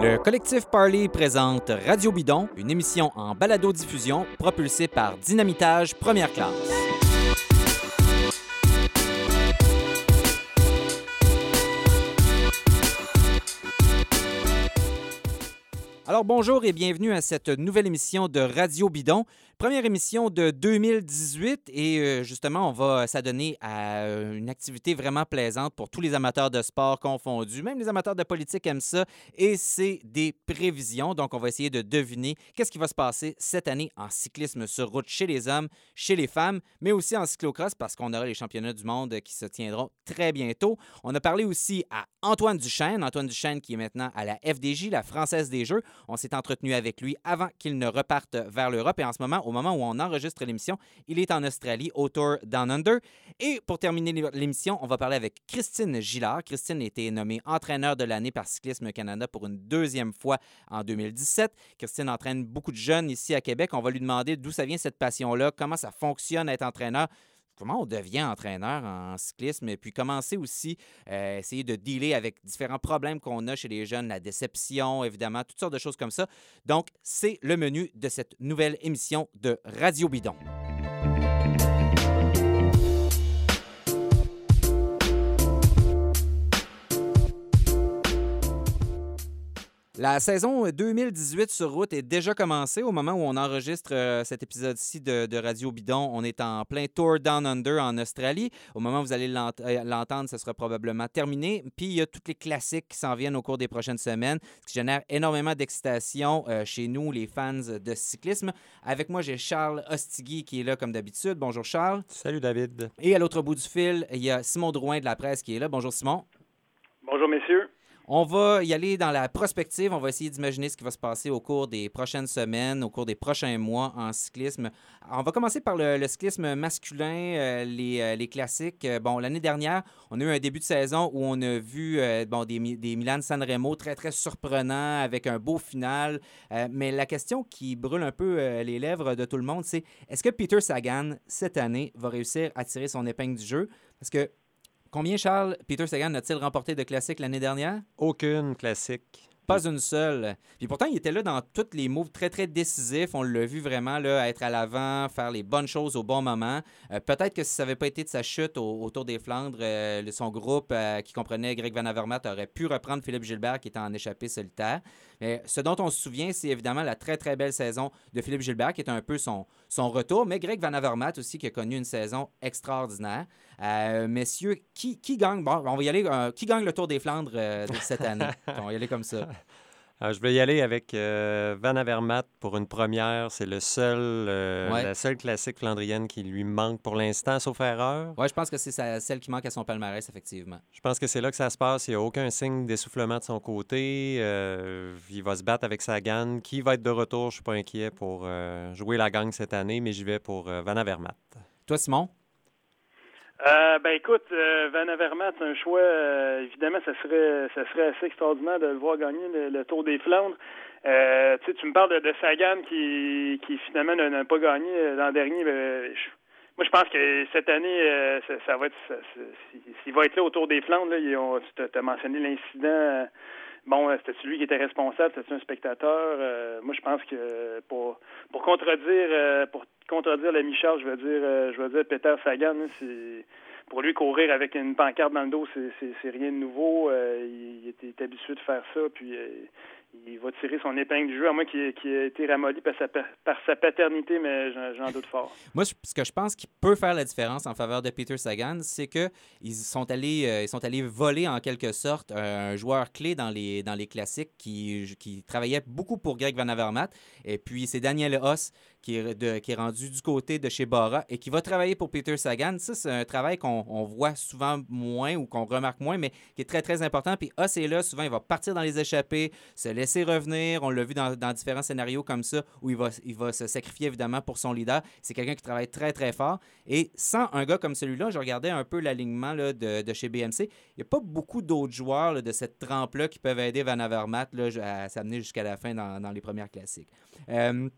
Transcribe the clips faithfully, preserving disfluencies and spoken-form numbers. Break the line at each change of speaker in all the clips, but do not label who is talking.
Le collectif Parley présente Radio Bidon, une émission en balado-diffusion propulsée par Dynamitage Première Classe. Alors bonjour et bienvenue à cette nouvelle émission de Radio Bidon. Première émission de deux mille dix-huit et euh, justement, on va s'adonner à euh, une activité vraiment plaisante pour tous les amateurs de sport confondus. Même les amateurs de politique aiment ça et c'est des prévisions. Donc, on va essayer de deviner qu'est-ce qui va se passer cette année en cyclisme sur route chez les hommes, chez les femmes, mais aussi en cyclocross parce qu'on aura les championnats du monde qui se tiendront très bientôt. On a parlé aussi à Antoine Duchesne, Antoine Duchesne qui est maintenant à la F D J, la Française des Jeux. On s'est entretenu avec lui avant qu'il ne reparte vers l'Europe et en ce moment, au moment où on enregistre l'émission, il est en Australie au Tour Down Under. Et pour terminer l'émission, on va parler avec Christine Gillard. Christine a été nommée entraîneur de l'année par Cyclisme Canada pour une deuxième fois en deux mille dix-sept. Christine entraîne beaucoup de jeunes ici à Québec. On va lui demander d'où ça vient cette passion-là, comment ça fonctionne être entraîneur. Comment on devient entraîneur en cyclisme et puis commencer aussi euh, essayer de dealer avec différents problèmes qu'on a chez les jeunes, la déception, évidemment, toutes sortes de choses comme ça. Donc, c'est le menu de cette nouvelle émission de Radio Bidon. La saison deux mille dix-huit sur route est déjà commencée. Au moment où on enregistre euh, cet épisode-ci de, de Radio Bidon, on est en plein Tour Down Under en Australie. Au moment où vous allez l'ent- euh, l'entendre, ce sera probablement terminé. Puis, il y a tous les classiques qui s'en viennent au cours des prochaines semaines, ce qui génère énormément d'excitation euh, chez nous, les fans de cyclisme. Avec moi, j'ai Charles Ostigui qui est là comme d'habitude. Bonjour Charles.
Salut David.
Et à l'autre bout du fil, il y a Simon Drouin de la presse qui est là. Bonjour Simon.
Bonjour messieurs.
On va y aller dans la prospective. On va essayer d'imaginer ce qui va se passer au cours des prochaines semaines, au cours des prochains mois en cyclisme. On va commencer par le, le cyclisme masculin, euh, les, euh, les classiques. Euh, bon, l'année dernière, on a eu un début de saison où on a vu euh, bon, des, des Milan-San Remo très, très surprenants avec un beau final. Euh, mais la question qui brûle un peu euh, les lèvres de tout le monde, c'est est-ce que Peter Sagan, cette année, va réussir à tirer son épingle du jeu? Parce que combien, Charles, Peter Sagan a-t-il remporté de classiques l'année dernière?
Aucune classique.
Pas une seule. Puis pourtant, il était là dans tous les moves très, très décisifs. On l'a vu vraiment là, être à l'avant, faire les bonnes choses au bon moment. Euh, peut-être que si ça n'avait pas été de sa chute au, au Tour des Flandres, euh, son groupe euh, qui comprenait Greg Van Avermaet aurait pu reprendre Philippe Gilbert qui était en échappée solitaire. Mais ce dont on se souvient, c'est évidemment la très, très belle saison de Philippe Gilbert qui est un peu son, son retour. Mais Greg Van Avermaet aussi qui a connu une saison extraordinaire. Euh, messieurs, qui, qui gagne? Bon, on va y aller. Euh, qui gagne le Tour des Flandres euh, de cette année? On va y aller comme ça.
Alors, je vais y aller avec euh, Van Avermaet pour une première. C'est le seul, euh,
Ouais.
la seule classique flandrienne qui lui manque pour l'instant, sauf erreur.
Oui, je pense que c'est sa- celle qui manque à son palmarès, effectivement.
Je pense que c'est là que ça se passe. Il n'y a aucun signe d'essoufflement de son côté. Euh, il va se battre avec Sagan. Qui va être de retour? Je ne suis pas inquiet pour euh, jouer la gang cette année, mais j'y vais pour euh, Van Avermaet.
Toi, Simon?
Euh, ben écoute, euh, Van Avermaet, c'est un choix, euh, évidemment, ça serait ça serait assez extraordinaire de le voir gagner le, le Tour des Flandres. Euh, tu sais, tu me parles de, de Sagan qui, qui finalement n'a, n'a pas gagné l'an dernier. Ben, je, moi, je pense que cette année, euh, ça, ça va être, ça, ça, s'il va être là au Tour des Flandres, là, ils ont, tu as mentionné l'incident. Euh, Bon, euh, c'était lui qui était responsable, c'était un spectateur. Euh, moi, je pense que pour pour contredire euh, pour contredire l'ami Charles, je veux dire, euh, je veux dire Peter Sagan, hein, c'est pour lui courir avec une pancarte dans le dos, c'est c'est, c'est rien de nouveau. Euh, il, il était habitué de faire ça, puis euh, il va tirer son épingle du jeu, à moins qu'il, qu'il ait été ramolli par sa, par sa paternité, mais j'en, j'en doute fort.
Moi, ce que je pense qui peut faire la différence en faveur de Peter Sagan, c'est qu'ils sont allés, euh, ils sont allés voler en quelque sorte un joueur clé dans les, dans les classiques qui, qui travaillait beaucoup pour Greg Van Avermaet. Et puis, c'est Daniel Haas qui est, de, qui est rendu du côté de chez Bora et qui va travailler pour Peter Sagan. Ça, c'est un travail qu'on on voit souvent moins ou qu'on remarque moins, mais qui est très, très important. Puis Haas est là, souvent, il va partir dans les échappées, se laisser revenir. On l'a vu dans, dans différents scénarios comme ça où il va, il va se sacrifier évidemment pour son leader. C'est quelqu'un qui travaille très, très fort. Et sans un gars comme celui-là, je regardais un peu l'alignement là, de, de chez B M C. Il n'y a pas beaucoup d'autres joueurs là, de cette trempe-là qui peuvent aider Van Avermaet là, à s'amener jusqu'à la fin dans, dans les premières classiques. Euh,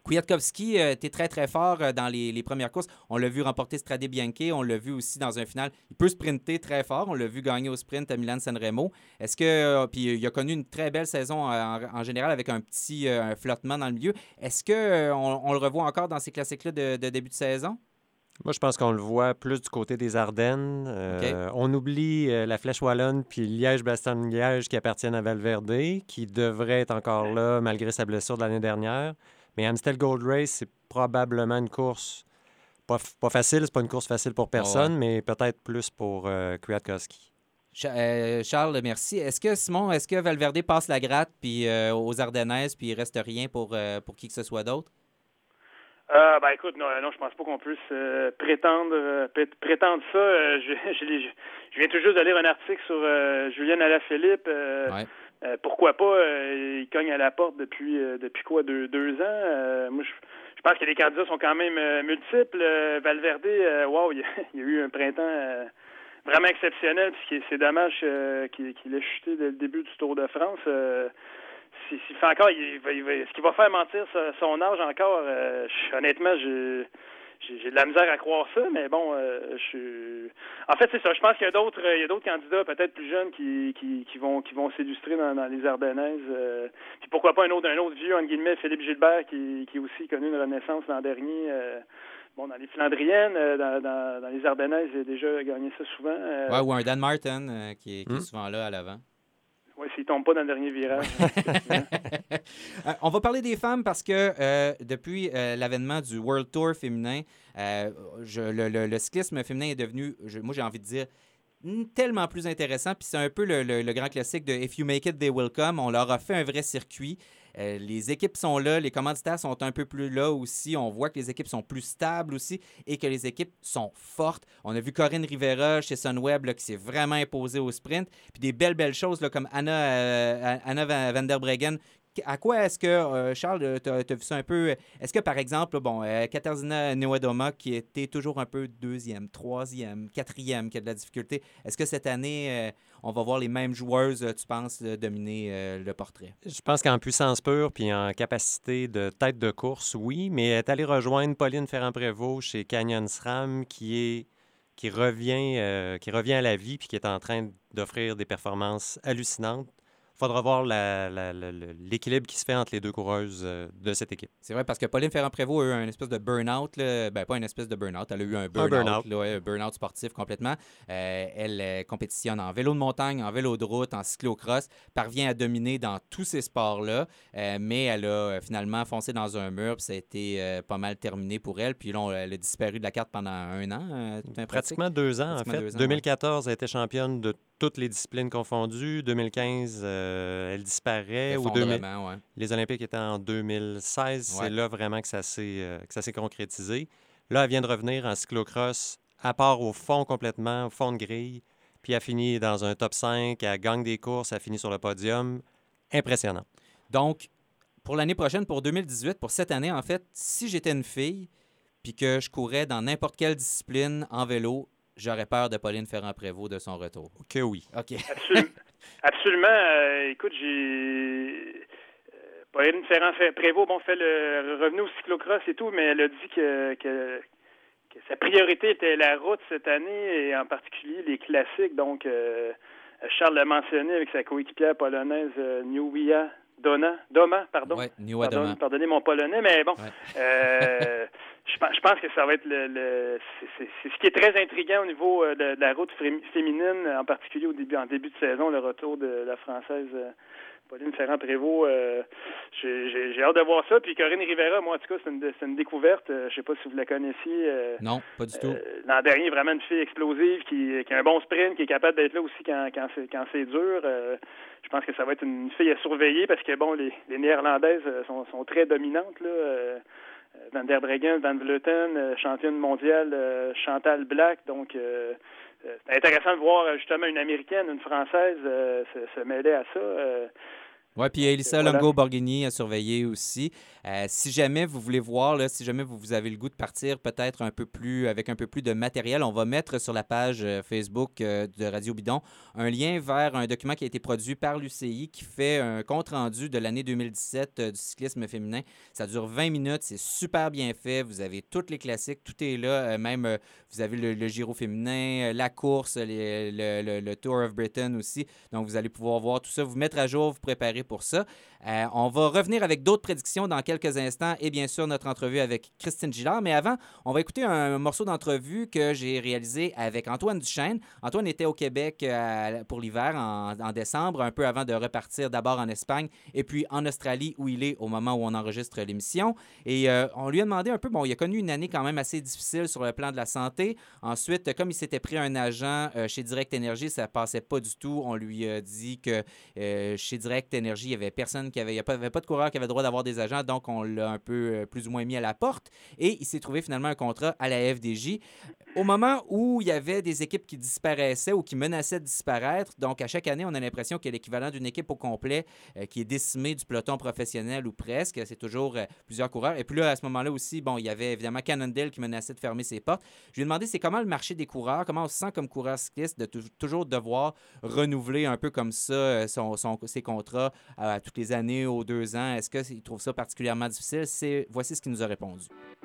Kwiatkowski euh, était très, très fort euh, dans les, les premières courses. On l'a vu remporter Strade Bianche. On l'a vu aussi dans un final. Il peut sprinter très fort. On l'a vu gagner au sprint à Milan-San Remo. Est-ce que... Euh, puis il a connu une très belle saison en, en général avec un petit euh, un flottement dans le milieu. Est-ce qu'on euh, on le revoit encore dans ces classiques-là de, de début de saison?
Moi, je pense qu'on le voit plus du côté des Ardennes. Euh,
Okay.
On oublie euh, la Flèche Wallonne puis Liège-Bastogne-Liège qui appartiennent à Valverde, qui devrait être encore là malgré sa blessure de l'année dernière. Mais Amstel Gold Race, c'est probablement une course pas, f- pas facile. C'est pas une course facile pour personne,
Ouais.
mais peut-être plus pour euh, Kwiatkowski.
Cha- euh, Charles, merci. Est-ce que, Simon, est-ce que Valverde passe la gratte puis, euh, aux Ardennaises puis il reste rien pour, euh, pour qui que ce soit d'autre?
Euh, ben écoute, non, non, je pense pas qu'on puisse euh, prétendre euh, pré- prétendre ça. Euh, je, je, je, je viens tout juste de lire un article sur euh, Julien Alaphilippe. Euh,
Ouais.
euh, pourquoi pas? Euh, il cogne à la porte depuis euh, depuis quoi, deux, deux ans. Euh, moi, je, je pense que les candidats sont quand même euh, multiples. Euh, Valverde, euh, wow, il y, a, il y a eu un printemps euh, vraiment exceptionnel. Puis c'est dommage euh, qu'il, qu'il ait chuté dès le début du Tour de France. Euh, S'il si, si fait encore, il va, il va, est-ce qu'il va faire mentir son âge encore? Euh, je, honnêtement, je, j'ai, j'ai de la misère à croire ça, mais bon, euh, je, en fait, c'est ça. Je pense qu'il y a d'autres, il y a d'autres candidats peut-être plus jeunes qui, qui, qui vont, qui vont s'illustrer dans, dans les Ardennaises. Euh, puis pourquoi pas un autre, un autre vieux entre guillemets, Philippe Gilbert, qui, qui a aussi connu une renaissance l'an dernier. Euh, bon, dans les Flandriennes, euh, dans, dans, dans les Ardennaises, il a déjà gagné ça souvent. Euh,
Ouais, ou un Dan Martin euh, qui, est, qui est
Hmm.
souvent là à l'avant.
Oui, s'il ne tombe pas dans le dernier virage.
Euh, on va parler des femmes parce que euh, depuis euh, l'avènement du World Tour féminin, euh, je- le, le- le cyclisme féminin est devenu, je- moi j'ai envie de dire, mm, tellement plus intéressant. Puis c'est un peu le, le- le grand classique de If you make it, they will come. On leur a fait un vrai circuit. Euh, les équipes sont là, les commanditaires sont un peu plus là aussi. On voit que les équipes sont plus stables aussi et que les équipes sont fortes. On a vu Corinne Rivera chez Sunweb là, qui s'est vraiment imposée au sprint. Puis des belles, belles choses là, comme Anna, euh, Anna Van van der Breggen. À quoi est-ce que, euh, Charles, tu as vu ça un peu? Est-ce que, par exemple, bon, euh, Katarzyna Niewiadoma, qui était toujours un peu deuxième, troisième, quatrième, qui a de la difficulté, est-ce que cette année, euh, on va voir les mêmes joueuses, euh, tu penses, euh, dominer euh, le portrait?
Je pense qu'en puissance pure puis en capacité de tête de course, oui, mais elle est allée rejoindre Pauline Ferrand-Prévot chez Canyon SRAM qui est qui revient euh, qui revient à la vie puis qui est en train d'offrir des performances hallucinantes. Il faudra voir la- la- la- le- l'équilibre qui se fait entre les deux coureuses euh, de cette équipe.
C'est vrai, parce que Pauline Ferrand-Prévot a eu un espèce de burn-out. Là. Ben, pas une espèce de burn-out. Elle a eu un burn-out.
burn-out.
là, ouais, un burn-out sportif complètement. Euh, elle euh, compétitionne en vélo de montagne, en vélo de route, en cyclocross, parvient à dominer dans tous ces sports-là, euh, mais elle a euh, finalement foncé dans un mur, puis ça a été euh, pas mal terminé pour elle. Puis là, on- elle a disparu de la carte pendant un an. euh, tout un pratique.
Pratiquement deux ans,
Pratiquement
en fait.
deux ans,
deux mille quatorze, elle était championne de toutes les disciplines confondues. deux mille quinze, euh, elle disparaît. Ou deux mille
Effondrement, ouais.
Les Olympiques étaient en deux mille seize.
Ouais.
C'est là vraiment que ça s'est euh, que ça s'est concrétisé. Là, elle vient de revenir en cyclocross, à part au fond complètement, au fond de grille. Puis elle finit dans un top cinq, elle gagne des courses, elle finit sur le podium. Impressionnant.
Donc, pour l'année prochaine, pour deux mille dix-huit, pour cette année, en fait, si j'étais une fille puis que je courais dans n'importe quelle discipline en vélo, j'aurais peur de Pauline Ferrand-Prévot de son retour.
Que oui.
OK.
Absolument. Absolument. Euh, écoute, j'ai... euh, Pauline Ferrand-Prévot, bon, fait le revenu au cyclocross et tout, mais elle a dit que, que, que sa priorité était la route cette année, et en particulier les classiques. Donc, euh, Charles l'a mentionné avec sa coéquipière polonaise euh, Nieuwia Dona, Doma, pardon.
Oui, Nieuwiadoma.
Pardon, pardonnez mon polonais, mais bon,
Ouais.
euh, je, pense, je pense que ça va être le, le c'est, c'est, c'est ce qui est très intriguant au niveau euh, de, de la route fré- féminine, en particulier au début, en début de saison, le retour de la Française euh, Pauline Ferrand-Prévot. Euh, j'ai, j'ai, j'ai hâte de voir ça. Puis Corinne Rivera, moi en tout cas, c'est une, c'est une découverte. Euh, je sais pas si vous la connaissiez. Euh,
Non, pas du tout.
euh, l'an dernier, vraiment une fille explosive qui, qui a un bon sprint, qui est capable d'être là aussi quand, quand, c'est, quand c'est dur. Euh, je pense que ça va être une fille à surveiller parce que bon, les, les Néerlandaises sont, sont très dominantes là. Euh, Van der Breggen, Van Vleuten, euh, championne mondiale, euh, Chantal Black. Donc, euh, euh, c'est intéressant de voir justement une Américaine, une Française euh, se, se mêler à ça. Euh,
Oui, puis il y a Elissa
voilà.
Longo-Borghini à surveiller aussi. Euh, si jamais vous voulez voir, là, si jamais vous, vous avez le goût de partir peut-être un peu plus, avec un peu plus de matériel, on va mettre sur la page euh, Facebook euh, de Radio Bidon un lien vers un document qui a été produit par l'U C I qui fait un compte-rendu de l'année deux mille dix-sept euh, du cyclisme féminin. Ça dure vingt minutes, c'est super bien fait. Vous avez tous les classiques, tout est là. Euh, même, euh, vous avez le, le Giro féminin, euh, la course, les, le, le, le Tour of Britain aussi. Donc, vous allez pouvoir voir tout ça, vous mettre à jour, vous préparer pour ça. Euh, on va revenir avec d'autres prédictions dans quelques instants et bien sûr notre entrevue avec Christine Gillard. Mais avant, on va écouter un morceau d'entrevue que j'ai réalisé avec Antoine Duchesne. Antoine était au Québec euh, pour l'hiver en, en décembre, un peu avant de repartir d'abord en Espagne et puis en Australie où il est au moment où on enregistre l'émission. Et euh, on lui a demandé un peu, bon, il a connu une année quand même assez difficile sur le plan de la santé. Ensuite, comme il s'était pris un agent euh, chez Direct Énergie, ça passait pas du tout. On lui a dit que euh, chez Direct Énergie, il n'y avait personne qui avait, il n'y avait pas de coureur qui avait le droit d'avoir des agents, donc on l'a un peu euh, plus ou moins mis à la porte et il s'est trouvé finalement un contrat à la F D J. Au moment où il y avait des équipes qui disparaissaient ou qui menaçaient de disparaître, donc à chaque année, on a l'impression qu'il y a l'équivalent d'une équipe au complet euh, qui est décimée du peloton professionnel ou presque. C'est toujours euh, plusieurs coureurs. Et puis là, à ce moment-là aussi, bon, il y avait évidemment Cannondale qui menaçait de fermer ses portes. Je lui ai demandé c'est comment le marché des coureurs, comment on se sent comme coureur cycliste de t- toujours devoir renouveler un peu comme ça euh, son, son, ses contrats euh, à toutes les années, aux deux ans. Est-ce qu'il trouve ça particulièrement difficile? C'est, voici ce qu'il nous a répondu.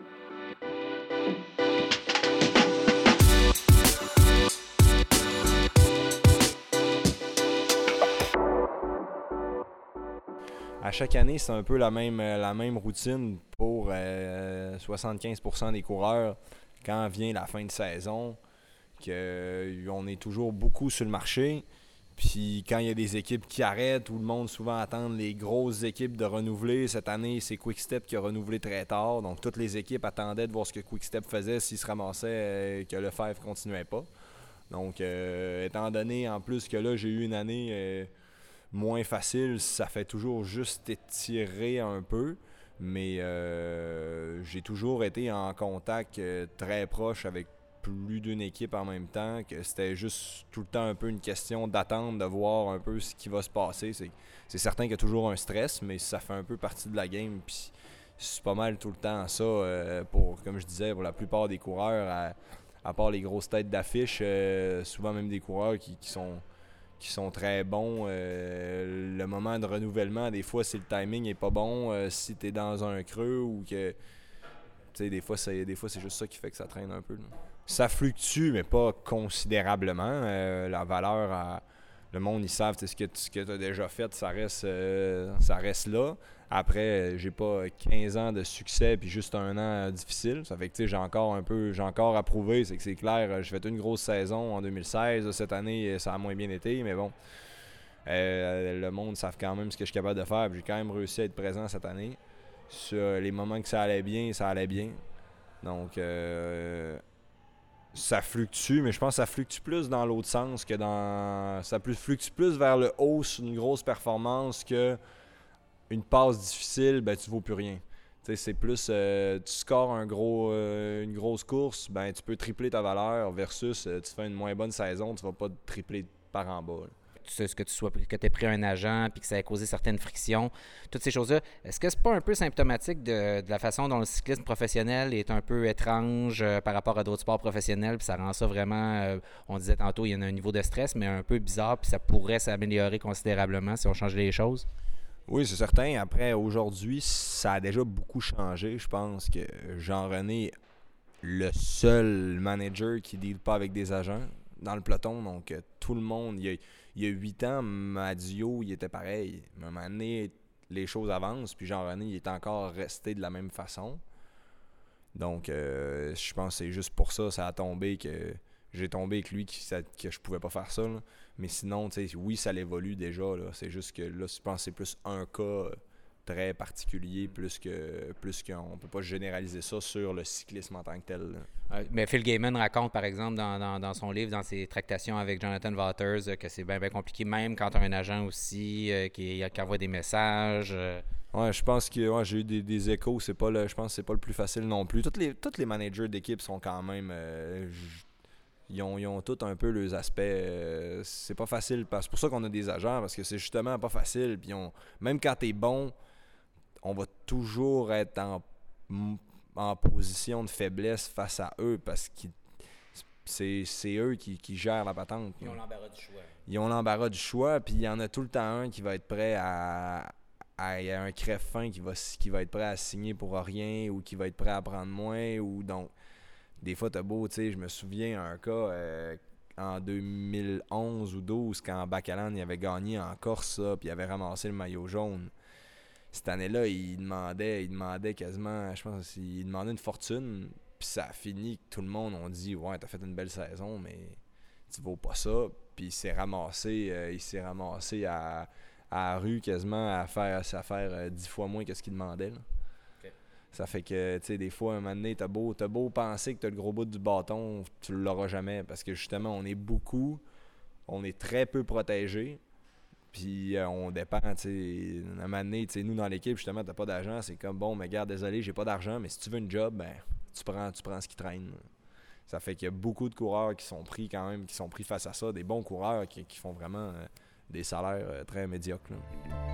À chaque année, c'est un peu la même, la même routine pour euh, soixante-quinze pour cent des coureurs quand vient la fin de saison, qu'on est toujours beaucoup sur le marché. Puis quand il y a des équipes qui arrêtent, tout le monde souvent attend les grosses équipes de renouveler. Cette année, c'est Quick-Step qui a renouvelé très tard. Donc toutes les équipes attendaient de voir ce que Quick-Step faisait s'il se ramassait euh, que Lefebvre ne continuait pas. Donc euh, étant donné en plus que là, j'ai eu une année... Euh, moins facile, ça fait toujours juste étirer un peu, mais euh, j'ai toujours été en contact euh, très proche avec plus d'une équipe en même temps, que c'était juste tout le temps un peu une question d'attendre, de voir un peu ce qui va se passer. C'est, c'est certain qu'il y a toujours un stress, mais ça fait un peu partie de la game, puis c'est pas mal tout le temps ça, euh, pour, comme je disais, pour la plupart des coureurs, à, à part les grosses têtes d'affiche, euh, souvent même des coureurs qui, qui sont qui sont très bons. Euh, le moment de renouvellement, des fois, si le timing n'est pas bon, euh, si tu es dans un creux ou que... Tu sais, des fois, c'est, des fois, c'est juste ça qui fait que ça traîne un peu. Là. Ça fluctue, mais pas considérablement. Euh, la valeur, à, le monde, ils savent ce que tu as déjà fait, ça reste, euh, ça reste là. Après, j'ai pas quinze ans de succès puis juste un an difficile. Ça fait que j'ai encore un peu, j'ai encore à prouver. C'est que c'est clair, j'ai fait une grosse saison en deux mille seize. Cette année, ça a moins bien été, mais bon. Euh, le monde savent quand même ce que je suis capable de faire. J'ai quand même réussi à être présent cette année. Sur les moments que ça allait bien, ça allait bien. Donc, euh, ça fluctue, mais je pense que ça fluctue plus dans l'autre sens que dans... Ça fluctue plus vers le haut sur une grosse performance que une passe difficile, ben tu vaux plus rien. T'sais, c'est plus, euh, tu scores un gros, euh, une grosse course, ben tu peux tripler ta valeur versus euh, tu fais une moins bonne saison, tu vas pas tripler par en bas. Là.
Tu sais, ce que tu sois, que tu aies pris un agent puis que ça ait causé certaines frictions, toutes ces choses-là, est-ce que c'est pas un peu symptomatique de, de la façon dont le cyclisme professionnel est un peu étrange euh, par rapport à d'autres sports professionnels, puis ça rend ça vraiment, euh, on disait tantôt, il y en a un niveau de stress, mais un peu bizarre, puis ça pourrait s'améliorer considérablement si on changeait les choses?
Oui, c'est certain. Après, aujourd'hui, ça a déjà beaucoup changé. Je pense que Jean-René est le seul manager qui ne deal pas avec des agents dans le peloton. Donc, tout le monde, il y a, il y a huit ans, Madio, il était pareil. À un moment donné, les choses avancent, puis Jean-René, il est encore resté de la même façon. Donc, euh, je pense que c'est juste pour ça, ça a tombé que j'ai tombé avec lui, que, ça, que je pouvais pas faire ça. Là. Mais sinon, tu sais, oui, ça l'évolue déjà. Là. C'est juste que là, je pense que c'est plus un cas très particulier, plus que plus qu'on peut pas généraliser ça sur le cyclisme en tant que tel.
Euh, mais Phil Gaiman raconte, par exemple, dans, dans, dans son livre, dans ses tractations avec Jonathan Walters, euh, que c'est bien, bien compliqué, même quand tu as un agent aussi euh, qui, qui envoie des messages. Euh...
Ouais, je pense que ouais, j'ai eu des, des échos. C'est pas le, je pense que c'est pas le plus facile non plus. Toutes les, tous les managers d'équipe sont quand même... Euh, ils ont, ils ont tous un peu leurs aspects. Euh, c'est pas facile. C'est pour ça qu'on a des agents, parce que c'est justement pas facile. Puis on, même quand t'es bon, on va toujours être en, en position de faiblesse face à eux, parce que c'est, c'est eux qui, qui gèrent la patente.
Ils ont l'embarras du choix.
Ils ont l'embarras du choix, puis il y en a tout le temps un qui va être prêt à... Il y a un crève-fin qui va, qui va être prêt à signer pour rien, ou qui va être prêt à prendre moins, ou donc des fois t'as beau, tu sais, je me souviens un cas euh, en deux mille onze ou douze, quand Baccalan il avait gagné en Corse, ça, puis il avait ramassé le maillot jaune. Cette année-là, il demandait, il demandait quasiment, je pense, il demandait une fortune, puis ça a fini que tout le monde on dit ouais, t'as fait une belle saison, mais tu vaux pas ça. Puis il s'est ramassé, euh, il s'est ramassé à à la rue quasiment à faire, à faire euh, dix fois moins que ce qu'il demandait. Là. Okay. Ça fait que, tu sais, des fois, un moment donné, t'as beau, t'as beau penser que t'as le gros bout du bâton, tu l'auras jamais. Parce que justement, on est beaucoup, on est très peu protégés. Puis euh, on dépend, tu sais, un moment donné, tu sais, nous dans l'équipe, justement, t'as pas d'argent. C'est comme, bon, mais regarde, désolé, j'ai pas d'argent, mais si tu veux une job, ben, tu prends, tu prends ce qui traîne. Ça fait qu'il y a beaucoup de coureurs qui sont pris quand même, qui sont pris face à ça. Des bons coureurs qui, qui font vraiment... Euh, des salaires euh, très médiocres. Là.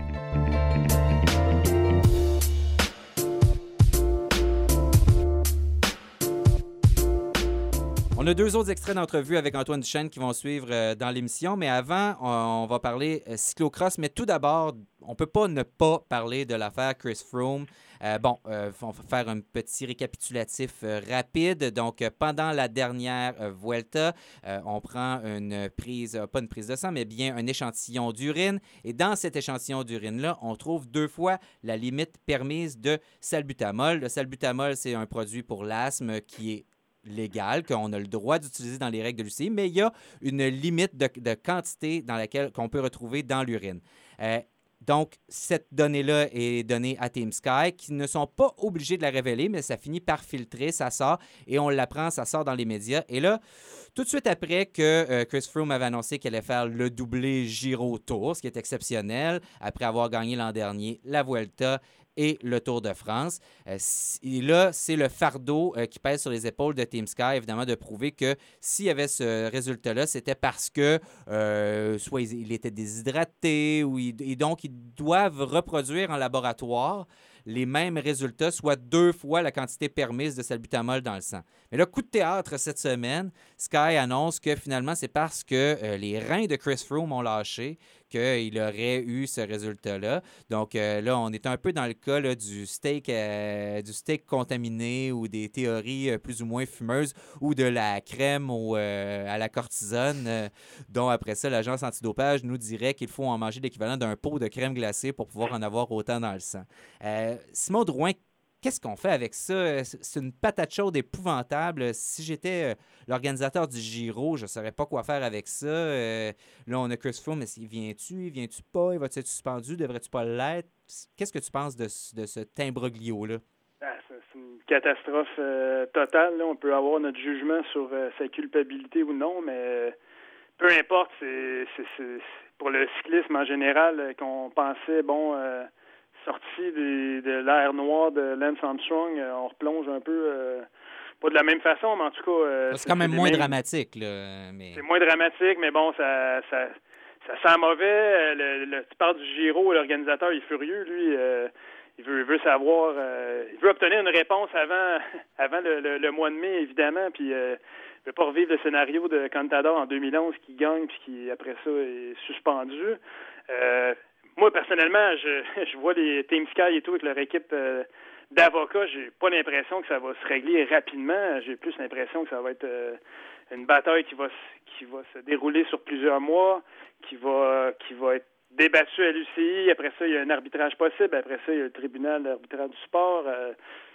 On a deux autres extraits d'entrevue avec Antoine Duchesne qui vont suivre euh, dans l'émission, mais avant, on, on va parler euh, cyclocross. Mais tout d'abord, on ne peut pas ne pas parler de l'affaire Chris Froome. Euh, bon, euh, on va faire un petit récapitulatif euh, rapide. Donc, euh, pendant la dernière euh, Vuelta, euh, on prend une prise, euh, pas une prise de sang, mais bien un échantillon d'urine. Et dans cet échantillon d'urine-là, on trouve deux fois la limite permise de salbutamol. Le salbutamol, c'est un produit pour l'asthme qui est légal, qu'on a le droit d'utiliser dans les règles de l'U C I, mais il y a une limite de, de quantité dans laquelle qu'on peut retrouver dans l'urine. Euh, Donc, cette donnée-là est donnée à Team Sky, qui ne sont pas obligés de la révéler, mais ça finit par filtrer, ça sort, et on l'apprend, ça sort dans les médias. Et là, tout de suite après que euh, Chris Froome avait annoncé qu'elle allait faire le doublé Giro Tour, ce qui est exceptionnel, après avoir gagné l'an dernier la Vuelta et le Tour de France. Euh, et là, c'est le fardeau euh, qui pèse sur les épaules de Team Sky, évidemment, de prouver que s'il y avait ce résultat-là, c'était parce que euh, soit il, il était déshydraté, ou il, et donc ils doivent reproduire en laboratoire les mêmes résultats, soit deux fois la quantité permise de salbutamol dans le sang. Mais là, coup de théâtre cette semaine, Sky annonce que finalement, c'est parce que euh, les reins de Chris Froome ont lâché qu'il aurait eu ce résultat-là. Donc euh, là, on est un peu dans le cas là, du steak euh, du steak contaminé, ou des théories euh, plus ou moins fumeuses, ou de la crème au, euh, à la cortisone, euh, dont après ça, l'agence antidopage nous dirait qu'il faut en manger l'équivalent d'un pot de crème glacée pour pouvoir en avoir autant dans le sang. Euh, Simon Drouin, qu'est-ce qu'on fait avec ça? C'est une patate chaude épouvantable. Si j'étais euh, l'organisateur du Giro, je ne saurais pas quoi faire avec ça. Euh, là, on a Chris Froome, mais il vient-tu? Il vient-tu pas? Il va-tu être suspendu? Devrais-tu pas l'être? Qu'est-ce que tu penses de, de ce imbroglio-là?
Ah, c'est une catastrophe euh, totale. Là. On peut avoir notre jugement sur euh, sa culpabilité ou non, mais euh, peu importe. C'est, c'est, c'est, pour le cyclisme en général euh, qu'on pensait, bon... Euh, sorti de, de l'ère noire de Lance Armstrong, euh, on replonge un peu, euh, pas de la même façon, mais en tout cas... Euh,
c'est, c'est quand même c'est moins mêmes... dramatique. Là, mais...
C'est moins dramatique, mais bon, ça, ça, ça sent mauvais. Le, le, tu parles du Giro, l'organisateur est furieux, lui. Euh, il, veut, il veut savoir... Euh, il veut obtenir une réponse avant, avant le, le, le mois de mai, évidemment, puis... Euh, il ne veut pas revivre le scénario de Contador en deux mille onze qui gagne puis qui, après ça, est suspendu. Euh, Moi, personnellement, je, je vois les Team Sky et tout avec leur équipe euh, d'avocats. J'ai pas l'impression que ça va se régler rapidement. J'ai plus l'impression que ça va être euh, une bataille qui va qui va se dérouler sur plusieurs mois, qui va qui va être débattue à l'U C I. Après ça, il y a un arbitrage possible. Après ça, il y a le tribunal d'arbitrage du sport. Euh,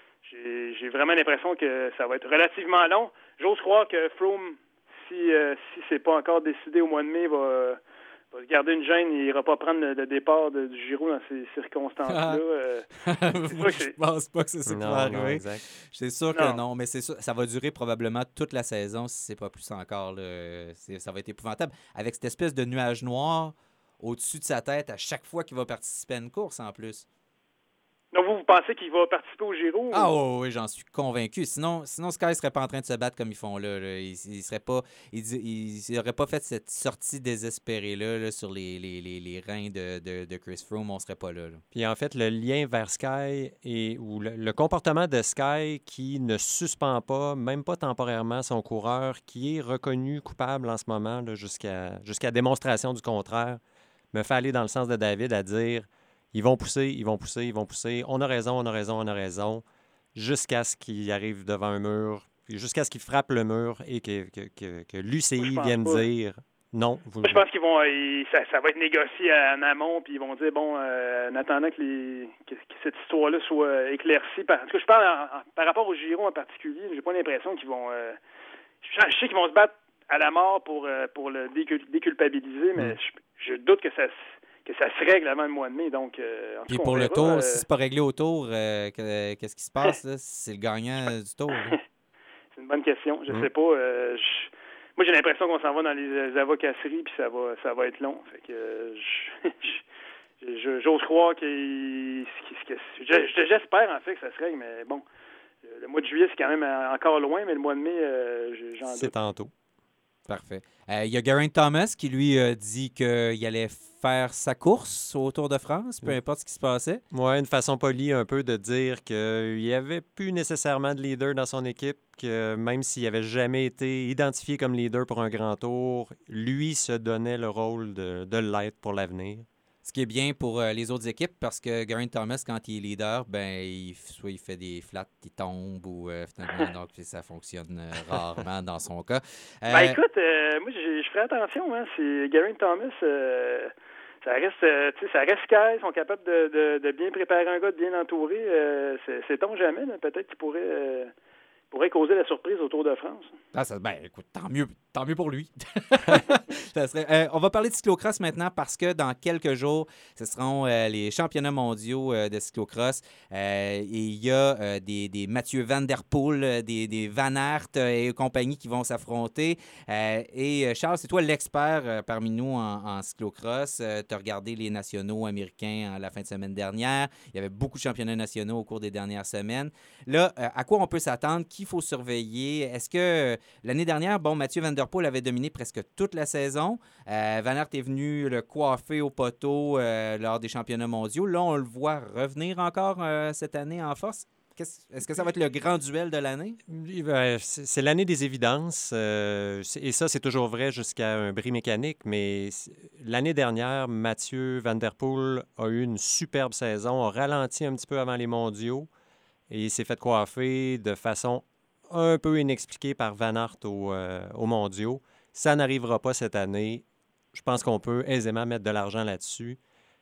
j'ai, j'ai vraiment l'impression que ça va être relativement long. J'ose croire que Froome, si euh, si c'est pas encore décidé au mois de mai, va va se garder une gêne, il n'ira pas prendre le, le départ de, du Giro dans ces circonstances-là. Euh,
Moi, je pense pas que c'est ça qui va arriver.
Non,
c'est sûr non. que non, mais c'est sûr, ça va durer probablement toute la saison, si c'est pas plus encore. Là. C'est, ça va être épouvantable. Avec cette espèce de nuage noir au-dessus de sa tête à chaque fois qu'il va participer à une course, en plus.
Donc, vous, vous pensez qu'il va participer au Giro?
Ah
ou...
oui, oui, j'en suis convaincu. Sinon, sinon Sky ne serait pas en train de se battre comme ils font là. là. Il, il serait pas, il, il, il aurait pas fait cette sortie désespérée-là là, sur les, les, les, les reins de, de, de Chris Froome. On serait pas là, là.
Puis en fait, le lien vers Sky et ou le, le comportement de Sky qui ne suspend pas, même pas temporairement, son coureur, qui est reconnu coupable en ce moment là, jusqu'à, jusqu'à démonstration du contraire, me fait aller dans le sens de David à dire ils vont pousser, ils vont pousser, ils vont pousser. On a raison, on a raison, on a raison, jusqu'à ce qu'il arrive devant un mur, puis jusqu'à ce qu'il frappe le mur et que, que, que, que l'U C I vienne pas. dire non. Vous...
Moi, je pense qu'ils vont, ils, ça, ça va être négocié en amont, puis ils vont dire bon, euh, en attendant que, les, que, que cette histoire-là soit éclaircie. Par, en tout cas, je parle en, en, par rapport au Giro en particulier, j'ai pas l'impression qu'ils vont. Euh, je, je sais qu'ils vont se battre à la mort pour euh, pour le décul, déculpabiliser, mais mm. je, je doute que ça que ça se règle avant le mois de mai. Donc, euh, en
Puis
tout
pour
verra,
le tour,
euh...
si c'est pas réglé au tour, euh, que, qu'est-ce qui se passe? Là? C'est le gagnant du tour.
C'est une bonne question. Je mm. sais pas. Euh, je... Moi, j'ai l'impression qu'on s'en va dans les avocasseries, puis ça va ça va être long. Fait que euh, je, je, j'ose croire qu'il... Que, je, j'espère, en fait, que ça se règle, mais bon, le mois de juillet, c'est quand même encore loin, mais le mois de mai, euh, j'en doute.
C'est tantôt.
Parfait. Il euh, y a Geraint Thomas qui, lui, a dit qu'il allait faire sa course au Tour de France, peu importe ce qui se passait.
Oui, une façon polie un peu de dire qu'il n'y avait plus nécessairement de leader dans son équipe, que même s'il n'avait jamais été identifié comme leader pour un grand tour, lui se donnait le rôle de, de l'être pour l'avenir.
Ce qui est bien pour euh, les autres équipes, parce que Geraint Thomas, quand il est leader, ben il, soit il fait des flats, il tombe, ou euh, finalement, donc ça fonctionne euh, rarement dans son cas.
Euh, ben écoute, euh, moi je ferai attention, hein, c'est Geraint Thomas, euh, ça reste, euh, tu sais, ça reste Sky, ils sont capables de, de, de bien préparer un gars, de bien l'entourer, euh, c'est, c'est-on jamais, là, peut-être qu'il pourrait... Euh, pourrait causer la surprise au Tour de France.
Ah, ça, ben, écoute, tant mieux, tant mieux pour lui. ça serait, euh, on va parler de cyclocross maintenant parce que dans quelques jours, ce seront euh, les championnats mondiaux euh, de cyclocross. Euh, et il y a euh, des, des Mathieu Van Der Poel, des, des Van Aert euh, et compagnie qui vont s'affronter. Euh, et Charles, c'est toi l'expert euh, parmi nous en, en cyclocross. Euh, tu as regardé les nationaux américains à la fin de semaine dernière. Il y avait beaucoup de championnats nationaux au cours des dernières semaines. Là, euh, à quoi on peut s'attendre? Qui il faut surveiller? Est-ce que euh, l'année dernière, bon, Mathieu Van Der Poel avait dominé presque toute la saison. Euh, Van Aert est venu le coiffer au poteau euh, lors des championnats mondiaux. Là, on le voit revenir encore euh, cette année en force. Qu'est-ce, est-ce que ça va être le grand duel de l'année?
C'est, c'est l'année des évidences. Euh, et ça, c'est toujours vrai jusqu'à un bris mécanique. Mais l'année dernière, Mathieu Van Der Poel a eu une superbe saison, a ralenti un petit peu avant les mondiaux et il s'est fait coiffer de façon un peu inexpliqué par Van Aert aux, euh, aux mondiaux. Ça n'arrivera pas cette année. Je pense qu'on peut aisément mettre de l'argent là-dessus.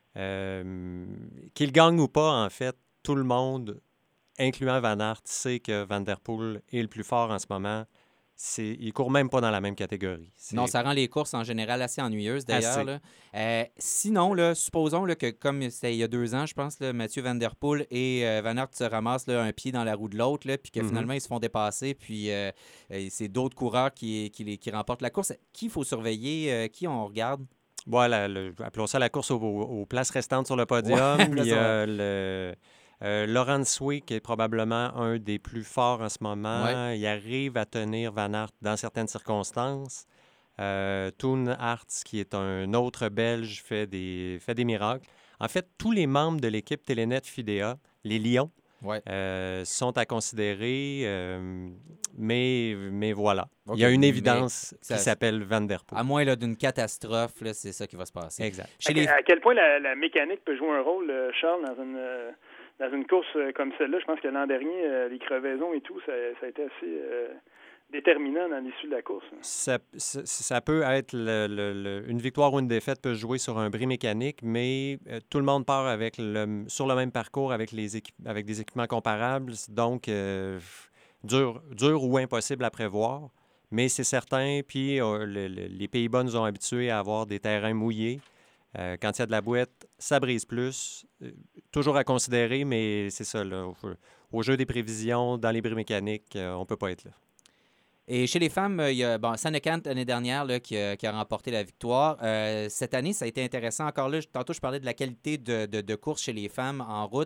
Euh, qu'il gagne ou pas, en fait, tout le monde, incluant Van Aert, sait que Van Der Poel est le plus fort en ce moment. C'est, il ne court même pas dans la même catégorie. C'est...
Non, ça rend les courses en général assez ennuyeuses d'ailleurs. Là. Euh, sinon, là, supposons là, que comme c'était il y a deux ans, je pense, là, Mathieu Van Der Poel et euh, Van Aert se ramassent là, un pied dans la roue de l'autre, là, puis que mm-hmm. finalement ils se font dépasser, puis euh, c'est d'autres coureurs qui, qui, qui remportent la course. Qui il faut surveiller? Euh, qui on regarde?
Voilà, le, appelons ça la course aux, aux places restantes sur le podium. Ouais, il y a le... Euh, Laurent Soué, qui est probablement un des plus forts en ce moment, ouais. il arrive à tenir Van Aert dans certaines circonstances. Euh, Toon Aerts, qui est un autre Belge, fait des, fait des miracles. En fait, tous les membres de l'équipe Telenet Fidea, les Lions, ouais. euh, sont à considérer, euh, mais, mais voilà. Okay. Il y a une évidence ça, qui s'appelle Van Der Poel.
À moins là, d'une catastrophe, là, c'est ça qui va se passer.
Exact.
À, les... à quel point la, la mécanique peut jouer un rôle, Charles, dans une... Euh... Dans une course comme celle-là, je pense que l'an dernier, euh, les crevaisons et tout, ça, ça a été assez euh, déterminant dans l'issue de la course.
Ça, ça, ça peut être le, le, le, une victoire ou une défaite peut jouer sur un bris mécanique, mais euh, tout le monde part avec le, sur le même parcours avec, les équip, avec des équipements comparables, donc euh, dur, dur ou impossible à prévoir. Mais c'est certain, puis euh, le, le, les Pays-Bas nous ont habitués à avoir des terrains mouillés. Euh, quand il y a de la bouette, ça brise plus. Euh, toujours à considérer, mais c'est ça. Là, au, au jeu des prévisions, dans les bris mécaniques, euh, on ne peut pas être là.
Et chez les femmes, il y a bon, Sanne Cant l'année dernière là, qui, a, qui a remporté la victoire. Euh, cette année, ça a été intéressant. Encore là, tantôt, je parlais de la qualité de, de, de course chez les femmes en route.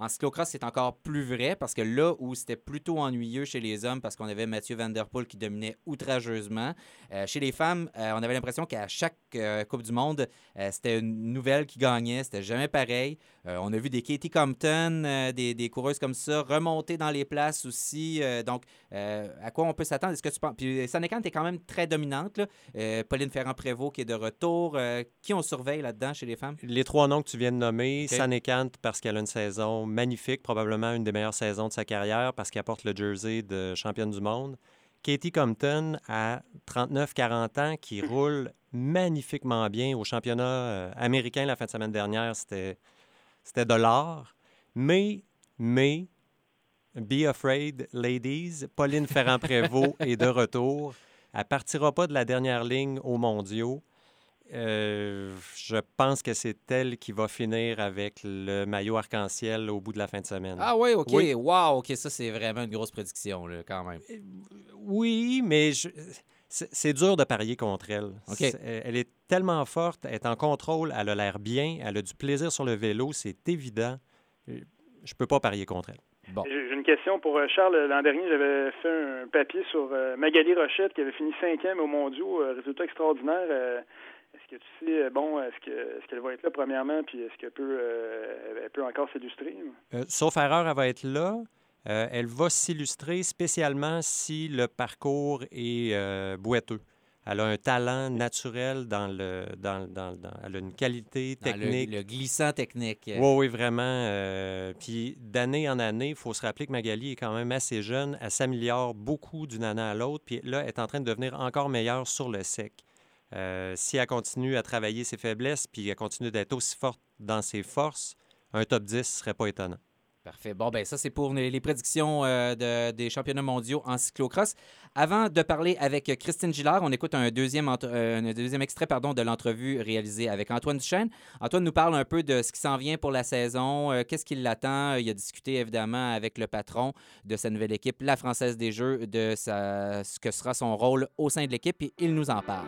En cyclocross, c'est encore plus vrai parce que là où c'était plutôt ennuyeux chez les hommes parce qu'on avait Mathieu Van Der Poel qui dominait outrageusement, euh, chez les femmes, euh, on avait l'impression qu'à chaque euh, Coupe du Monde, euh, c'était une nouvelle qui gagnait. C'était jamais pareil. Euh, on a vu des Katie Compton, euh, des, des coureuses comme ça, remonter dans les places aussi. Euh, donc, euh, à quoi on peut s'attendre? Est-ce que tu penses... Puis Sanne-Écane est quand même très dominante, là. Euh, Pauline Ferrand-Prévot qui est de retour. Euh, qui on surveille là-dedans chez les femmes?
Les trois noms que tu viens de nommer,
Okay.
Sanne-Écane parce qu'elle a une saison magnifique, probablement une des meilleures saisons de sa carrière parce qu'elle porte le jersey de championne du monde. Katie Compton, à trente-neuf quarante ans, qui roule magnifiquement bien au championnat euh, américain la fin de semaine dernière. C'était, c'était de l'or. Mais, mais, be afraid, ladies, Pauline Ferrand-Prévot est de retour. Elle ne partira pas de la dernière ligne aux mondiaux. Euh, je pense que c'est elle qui va finir avec le maillot arc-en-ciel au bout de la fin de semaine.
Ah oui, OK.
Oui.
Wow, OK, ça, c'est vraiment une grosse prédiction, là, quand même.
Oui, mais je- c'est, c'est dur de parier contre elle.
OK.
C'est- Elle est tellement forte, elle est en contrôle, elle a l'air bien, elle a du plaisir sur le vélo, c'est évident. Je peux pas parier contre elle.
Bon.
J'ai j'ai une question pour euh, Charles. L'an dernier, j'avais fait un papier sur euh, Magali Rochette qui avait fini cinquième au mondiaux. Euh, résultat extraordinaire. Euh, est-ce que tu sais, euh, bon, est-ce que est-ce qu'elle va être là premièrement, puis est-ce qu'elle peut, euh, elle peut encore s'illustrer?
Euh, sauf erreur, elle va être là. Euh, elle va s'illustrer spécialement si le parcours est euh, boiteux. Elle a un talent naturel dans le dans, dans, dans elle a une qualité
Dans
technique.
Le, le glissant technique.
Oui, oui, vraiment. euh, Puis d'année en année, il faut se rappeler que Magali est quand même assez jeune. Elle s'améliore beaucoup d'une année à l'autre. Puis là, elle est en train de devenir encore meilleure sur le sec. Euh, si elle continue à travailler ses faiblesses, puis elle continue d'être aussi forte dans ses forces, un top dix ne serait pas étonnant.
Parfait. Bon, ben ça, c'est pour les, les prédictions euh, de- des championnats mondiaux en cyclocross. Avant de parler avec Christine Gillard, on écoute un deuxième, entre- euh, un deuxième extrait pardon, de l'entrevue réalisée avec Antoine Duchesne. Antoine nous parle un peu de ce qui s'en vient pour la saison, euh, qu'est-ce qui l'attend. Il a discuté évidemment avec le patron de sa nouvelle équipe, la Française des Jeux, de sa, ce que sera son rôle au sein de l'équipe, et il nous en parle.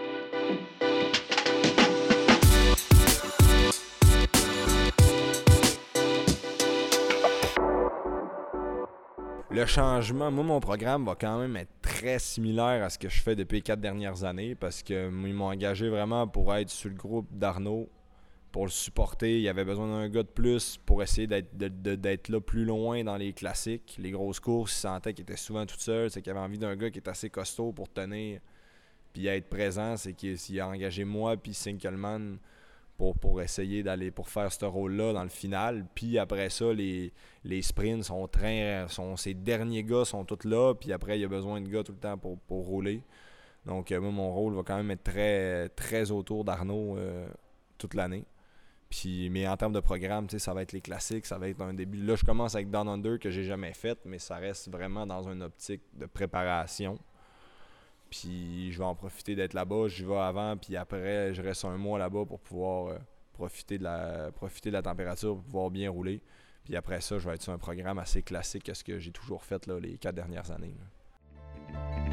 Le changement, moi, mon programme va quand même être très similaire à ce que je fais depuis les quatre dernières années parce que moi, ils m'ont engagé vraiment pour être sur le groupe d'Arnaud, pour le supporter. Il y avait besoin d'un gars de plus pour essayer d'être, de- de- d'être là plus loin dans les classiques. Les grosses courses, il sentait qu'il était souvent tout seul. C'est qu'il avait envie d'un gars qui est assez costaud pour tenir puis être présent. C'est qu'il il a engagé moi puis Sinkelman pour, pour essayer d'aller pour faire ce rôle-là dans le final. Puis après ça, les, les sprints, son train, son, ses derniers gars sont tous là. Puis après, il y a besoin de gars tout le temps pour, pour rouler. Donc, euh, moi, mon rôle va quand même être très, très autour d'Arnaud euh, toute l'année. Puis, mais en termes de programme, tu sais, ça va être les classiques, ça va être un début. Là, je commence avec Down Under que j'ai jamais fait, mais ça reste vraiment dans une optique de préparation. Puis je vais en profiter d'être là-bas, j'y vais avant, puis après, je reste un mois là-bas pour pouvoir euh, profiter, de la, profiter de la température, pour pouvoir bien rouler. Puis après ça, je vais être sur un programme assez classique que ce que j'ai toujours fait là, les quatre dernières années. Là.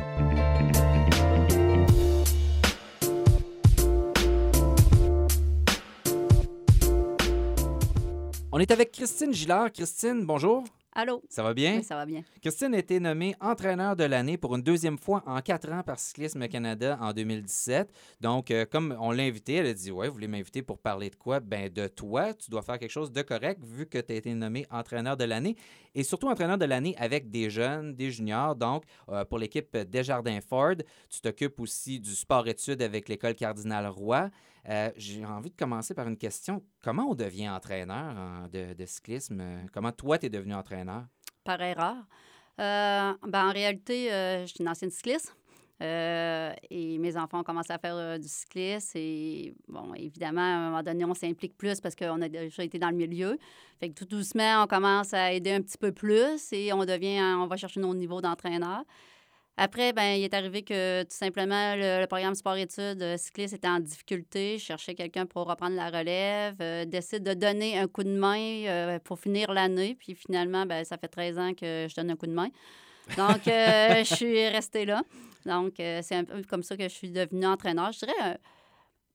On est avec Christine Gillard. Christine, bonjour.
Allô?
Ça va bien?
Oui, ça va bien.
Christine a été nommée entraîneur de l'année pour une deuxième fois en quatre ans par Cyclisme Canada en deux mille dix-sept. Donc, euh, comme on l'a invitée, elle a dit « Ouais, vous voulez m'inviter pour parler de quoi? » Ben de toi, tu dois faire quelque chose de correct vu que tu as été nommé entraîneur de l'année et surtout entraîneur de l'année avec des jeunes, des juniors. Donc, euh, pour l'équipe Desjardins-Ford, tu t'occupes aussi du sport-études avec l'école Cardinal-Roy. Euh, j'ai envie de commencer par une question. Comment on devient entraîneur en- de, de cyclisme? Comment toi, tu es devenu entraîneur?
Par erreur. Euh, ben, en réalité, euh, je suis une ancienne cycliste. Euh, et mes enfants ont commencé à faire euh, du cyclisme. Et, bon, évidemment, à un moment donné, on s'implique plus parce qu'on a déjà été dans le milieu. Fait que tout doucement, on commence à aider un petit peu plus et on devient, on va chercher nos niveaux d'entraîneur. Après, ben, il est arrivé que tout simplement, le, le programme sport-études euh, cycliste était en difficulté. Je cherchais quelqu'un pour reprendre la relève. Euh, décide de donner un coup de main euh, pour finir l'année. Puis finalement, ben, ça fait treize ans que je donne un coup de main. Donc, euh, je suis restée là. Donc, euh, c'est un peu comme ça que je suis devenue entraîneur. Je dirais, euh,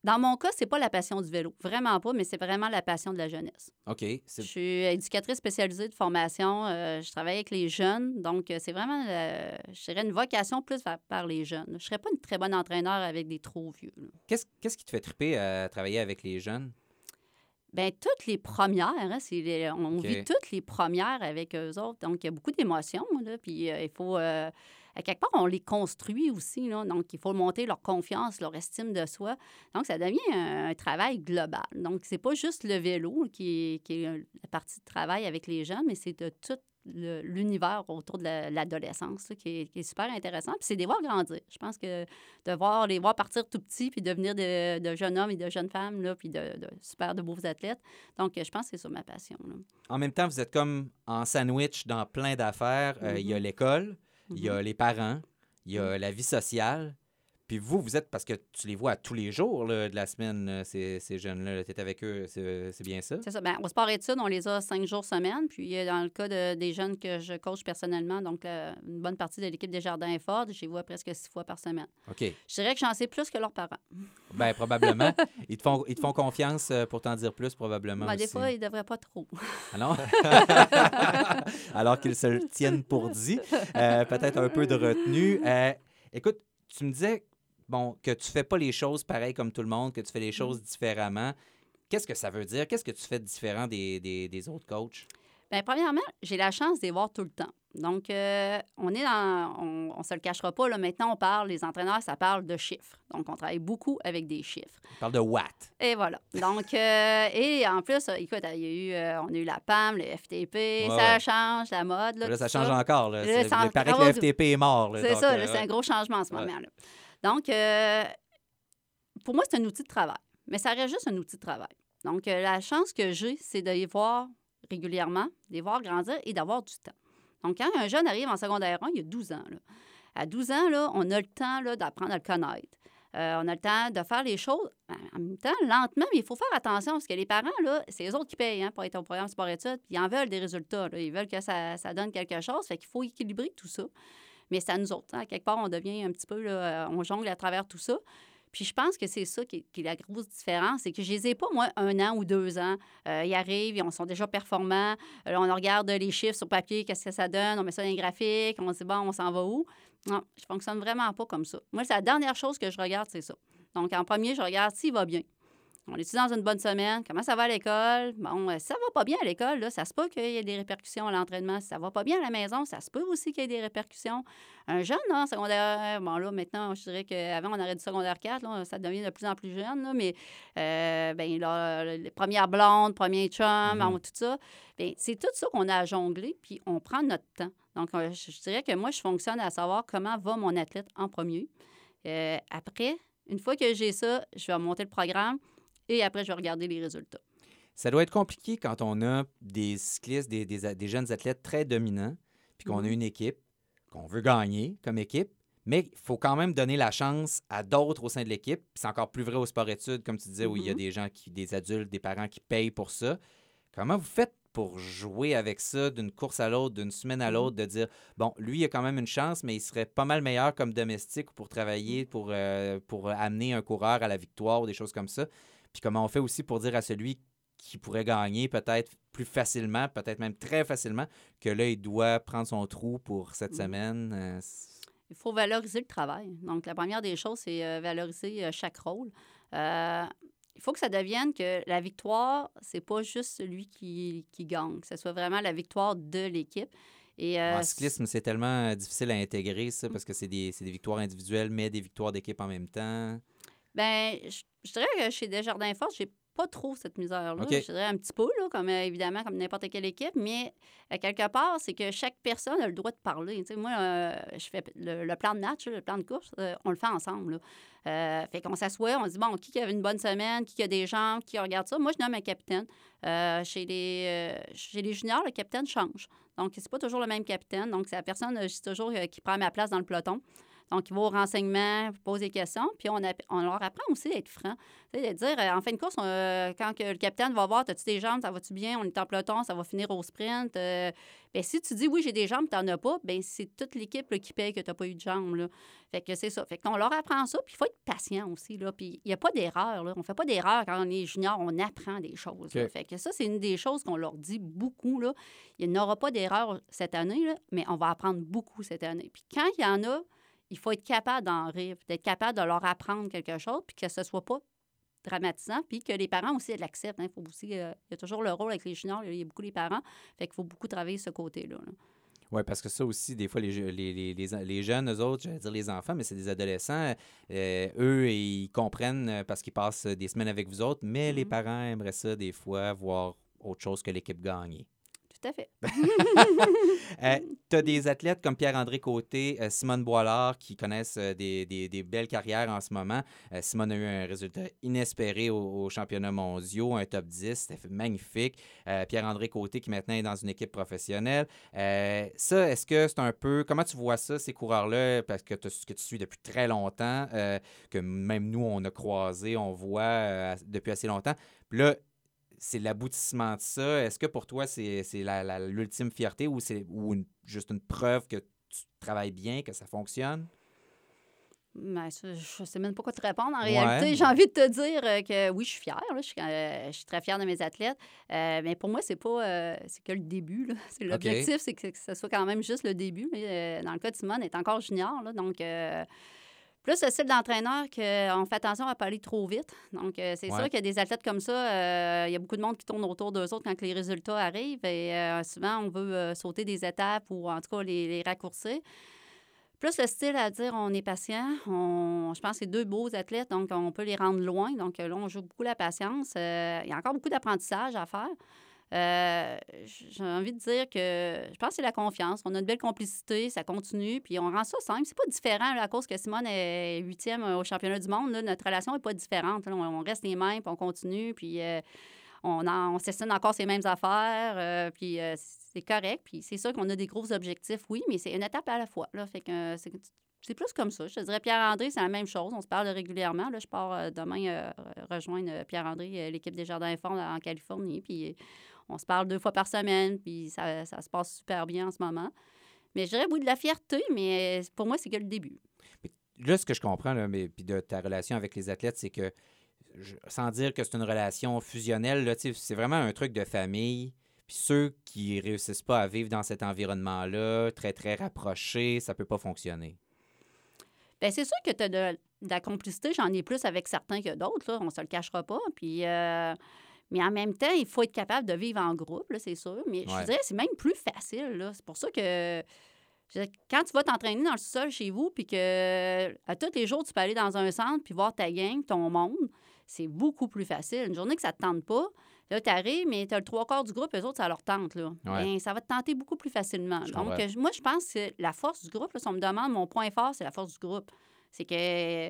Dans mon cas, c'est pas la passion du vélo. Vraiment pas, mais c'est vraiment la passion de la jeunesse.
OK.
Je
C'est...
suis éducatrice spécialisée de formation. Euh, je travaille avec les jeunes. Donc, euh, c'est vraiment, euh, je dirais, une vocation plus vers, par les jeunes. Je ne serais pas une très bonne entraîneur avec des trop vieux. là.
Qu'est-ce, qu'est-ce qui te fait triper à travailler avec les jeunes?
Bien, toutes les premières, hein, c'est les- on
OK.
vit toutes les premières avec eux autres. Donc, il y a beaucoup d'émotions, là. Puis, euh, il faut, euh, à quelque part, on les construit aussi, là. Donc, il faut monter leur confiance, leur estime de soi. Donc, ça devient un, un travail global. Donc, c'est pas juste le vélo qui est, qui est la partie de travail avec les jeunes, mais c'est de tout le- l'univers autour de la- l'adolescence là, qui, est, qui est super intéressant. Puis, c'est de les voir grandir. Je pense que de voir, les voir partir tout petits puis devenir de, de jeunes hommes et de jeunes femmes, là, puis de, de super de beaux athlètes. Donc, je pense que c'est ça ma passion. Là.
En même temps, vous êtes comme en sandwich dans plein d'affaires. Euh, Il y a
Mhm.
l'école, il y a
Mhm.
les parents, il y a la vie sociale. Puis vous, vous êtes, parce que tu les vois à tous les jours là, de la semaine, là, ces, ces jeunes-là. Tu es avec eux, c'est, c'est bien ça?
C'est ça. Bien, au sport études, on les a cinq jours semaine. Puis, euh, dans le cas de- des jeunes que je coach personnellement, donc la- une bonne partie de l'équipe des Jardins est Ford, je les vois presque six fois par semaine.
OK.
Je dirais que j'en sais plus que leurs parents.
Bien, probablement. Ils te font, ils te font confiance euh, pour t'en dire plus, probablement.
Ben, des
aussi.
fois, ils ne devraient pas trop.
Ah non? Alors qu'ils se le tiennent pour dit. Euh, peut-être un peu de retenue. Euh, écoute, tu me disais bon, que tu fais pas les choses pareil comme tout le monde, que tu fais les choses différemment. Qu'est-ce que ça veut dire? Qu'est-ce que tu fais de différent des, des, des autres coachs?
Bien, premièrement, j'ai la chance de les voir tout le temps. Donc, euh, on est dans. On ne se le cachera pas, là. Maintenant, on parle, les entraîneurs, ça parle de chiffres. Donc, on travaille beaucoup avec des chiffres.
On parle de watts.
Et voilà. Donc, euh, et en plus, euh, écoute, il y a eu, euh, on a eu la P A M, le F T P,
Ouais,
ça
ouais.
change, la mode. Là,
Là,
tout
ça change encore. Là.
Là,
C'est-
ça en-
il paraît que
ah,
le F T P est mort. Là,
C'est
donc,
ça,
euh,
là, c'est
ouais.
un gros changement en ce
Ouais.
moment. Là. Donc, euh, pour moi, c'est un outil de travail. Mais ça reste juste un outil de travail. Donc, euh, la chance que j'ai, c'est de les voir régulièrement, de les voir grandir et d'avoir du temps. Donc, quand un jeune arrive en secondaire un, il y a douze ans. Là. À douze ans, là, on a le temps là, d'apprendre à le connaître. Euh, on a le temps de faire les choses en même temps, lentement, mais il faut faire attention parce que les parents, là, c'est eux autres qui payent hein, pour être au programme sport-études, puis ils en veulent des résultats. Là. Ils veulent que ça, ça donne quelque chose, fait qu'il faut équilibrer tout ça. Mais c'est à nous autres. Hein. À quelque part, on devient un petit peu, là, on jongle à travers tout ça. Puis je pense que c'est ça qui est, qui est la grosse différence, c'est que je les ai pas, moi, un an ou deux ans. Euh, ils arrivent, ils sont déjà performants. Euh, on regarde les chiffres sur papier, qu'est-ce que ça donne, on met ça dans les graphiques, on se dit, bon, on s'en va où? Non, je fonctionne vraiment pas comme ça. Moi, c'est la dernière chose que je regarde, c'est ça. Donc, en premier, je regarde s'il va bien. On est-tu dans une bonne semaine? Comment ça va à l'école? Bon, euh, si ça va pas bien à l'école, là, ça se peut qu'il y ait des répercussions à l'entraînement. Si ça va pas bien à la maison, ça se peut aussi qu'il y ait des répercussions. Un jeune, là, en secondaire, bon, là, maintenant, je dirais qu'avant, on aurait du secondaire quatre, là, ça devient de plus en plus jeune, là, mais, euh, bien, là, les premières blondes, premiers chums,
Mhm.
bon, tout ça, bien, c'est tout ça qu'on a à jongler, puis on prend notre temps. Donc, euh, je, je dirais que moi, je fonctionne à savoir comment va mon athlète en premier. Euh, après, une fois que j'ai ça, je vais monter le programme. Et après, je vais regarder les résultats.
Ça doit être compliqué quand on a des cyclistes, des, des, des jeunes athlètes très dominants, puis qu'on
Mhm.
a une équipe, qu'on veut gagner comme équipe, mais il faut quand même donner la chance à d'autres au sein de l'équipe. Puis c'est encore plus vrai au sport-études, comme tu disais, où il y a
Mhm.
des gens, qui, des adultes, des parents qui payent pour ça. Comment vous faites pour jouer avec ça d'une course à l'autre, d'une semaine à
Mhm.
l'autre, de dire, bon, lui, il a quand même une chance, mais il serait pas mal meilleur comme domestique pour travailler, pour, euh, pour amener un coureur à la victoire ou des choses comme ça. Puis comment on fait aussi pour dire à celui qui pourrait gagner peut-être plus facilement, peut-être même très facilement, que là, il doit prendre son trou pour cette
Mhm.
semaine. euh, c-
Il faut valoriser le travail. Donc, la première des choses, c'est euh, valoriser euh, chaque rôle. Euh, il faut que ça devienne que la victoire, c'est pas juste celui qui, qui gagne, que ce soit vraiment la victoire de l'équipe. Et, euh,
en cyclisme, c'est tellement euh, difficile à intégrer, ça, parce que c'est des, c'est des victoires individuelles, mais des victoires d'équipe en même temps.
ben, je, je dirais que chez Desjardins Force, j'ai pas trop cette misère-là.
OK.
Je dirais un petit peu, là, comme euh, évidemment, comme n'importe quelle équipe, mais à quelque part, c'est que chaque personne a le droit de parler. Tu sais, moi, euh, je fais le, le plan de match, là, le plan de course, euh, on le fait ensemble. Là. Euh, fait qu'on s'assoit, on se dit, bon, qui a une bonne semaine, qui a des jambes, qui regarde ça. Moi, je nomme un capitaine. Euh, chez, les, euh, chez les juniors, le capitaine change. Donc, c'est pas toujours le même capitaine. Donc, c'est la personne, je dis toujours, euh, qui prend ma place dans le peloton. Donc, il va au renseignement, pose des questions, puis on, app- on leur apprend aussi d'être franc. Tu sais, de dire, euh, en fin de course, on, euh, quand que le capitaine va voir, as-tu des jambes, ça va-tu bien, on est en peloton, ça va finir au sprint. Euh, bien, si tu dis, oui, j'ai des jambes, tu n'en as pas, bien, c'est toute l'équipe là, qui paye que tu n'as pas eu de jambes. Là. Fait que c'est ça. Fait qu'on leur apprend ça, puis il faut être patient aussi. Là. Puis il n'y a pas d'erreur. Là. On ne fait pas d'erreur quand on est junior, on apprend des choses. Là.
OK.
Fait que ça, c'est une des choses qu'on leur dit beaucoup. Là. Il n'y aura pas d'erreur cette année, là, mais on va apprendre beaucoup cette année. Puis quand il y en a, il faut être capable d'en rire, d'être capable de leur apprendre quelque chose, puis que ce ne soit pas dramatisant, puis que les parents aussi l'acceptent. Hein. Faut aussi, euh, il y a toujours le rôle avec les juniors, il y a beaucoup les parents. Fait qu'il faut beaucoup travailler ce côté-là. Là.
Oui, parce que ça aussi, des fois, les, je- les, les, les, les jeunes, eux autres, j'allais dire les enfants, mais c'est des adolescents, euh, eux, ils comprennent euh, parce qu'ils passent des semaines avec vous autres, mais les
Mhm.
parents aimeraient ça, des fois, voir autre chose que l'équipe gagner.
Tout à fait.
Euh, tu as des athlètes comme Pierre-André Côté, euh, Simone Boilard qui connaissent euh, des, des- des belles carrières en ce moment. Euh, Simone a eu un résultat inespéré au- aux championnats mondiaux, un top dix, c'était fait magnifique. Euh, Pierre-André Côté qui maintenant est dans une équipe professionnelle. Euh, ça, est-ce que c'est un peu... Comment tu vois ça, ces coureurs-là, parce que, t'as- que tu suis depuis très longtemps, euh, que même nous, on a croisé, on voit euh, depuis assez longtemps. Puis là, c'est l'aboutissement de ça. Est-ce que pour toi, c'est, c'est la- la- l'ultime fierté ou c'est ou une- juste une preuve que tu travailles bien, que ça fonctionne?
Ben, ça, je ne sais même pas quoi te répondre. En
Ouais.
réalité, j'ai envie de te dire euh, que oui, je suis fière. Là. Je, suis, euh, je suis très fière de mes athlètes. Euh, mais pour moi, c'est pas euh, c'est que le début. Là. C'est, l'objectif, c'est que, que ce soit quand même juste le début. Là. Euh, dans le cas de Simone, elle est encore junior. Là, donc, euh, plus le style d'entraîneur qu'on fait attention à ne pas aller trop vite. Donc, euh, c'est
Ouais.
sûr qu'il y a des athlètes comme ça. euh, Il y a beaucoup de monde qui tourne autour d'eux autres quand les résultats arrivent. Et euh, souvent, on veut euh, sauter des étapes ou en tout cas les, les raccourcir. Plus le style à dire on est patient. On, je pense que c'est deux beaux athlètes, donc on peut les rendre loin. Donc là, on joue beaucoup la patience. Euh, il y a encore beaucoup d'apprentissage à faire. Euh, j'ai envie de dire que je pense que c'est la confiance. On a une belle complicité, ça continue, puis on rend ça simple. C'est pas différent là, à cause que Simone est huitième au championnat du monde. Là, notre relation n'est pas différente. Là. On, on reste les mêmes, puis on continue, puis euh, on, en, on s'estime encore ces mêmes affaires, euh, puis euh, c'est correct. Puis c'est sûr qu'on a des gros objectifs, oui, mais c'est une étape à la fois. Là, fait que euh, c'est, c'est plus comme ça. Je te dirais Pierre-André, c'est la même chose. On se parle régulièrement. Là, je pars euh, demain euh, rejoindre Pierre-André, euh, l'équipe des Jardins Fonds en Californie, puis... Euh, on se parle deux fois par semaine, puis ça, ça se passe super bien en ce moment. Mais je dirais, oui, de la fierté, mais pour moi, c'est que le début.
Mais là, ce que je comprends, là, mais, puis de ta relation avec les athlètes, c'est que, je- sans dire que c'est une relation fusionnelle, là, tu sais, c'est vraiment un truc de famille. Puis ceux qui réussissent pas à vivre dans cet environnement-là, très, très rapproché, ça peut pas fonctionner.
Bien, c'est sûr que tu as de, de la complicité. J'en ai plus avec certains que d'autres, là. On se le cachera pas. Puis... Euh, Mais en même temps, il faut être capable de vivre en groupe, là, c'est sûr. Mais je
Ouais.
te dirais, c'est même plus facile. Là. C'est pour ça que je veux dire, quand tu vas t'entraîner dans le sol chez vous, puis que à tous les jours, tu peux aller dans un centre puis voir ta gang, ton monde, c'est beaucoup plus facile. Une journée que ça ne te tente pas, là, tu arrives, mais tu as le trois quarts du groupe, eux autres, ça leur tente. Là.
Ouais.
Bien, ça va te tenter beaucoup plus facilement.
Je
Donc,
comprends.
euh, moi, je pense que la force du groupe, là, si on me demande, mon point fort, c'est la force du groupe. C'est que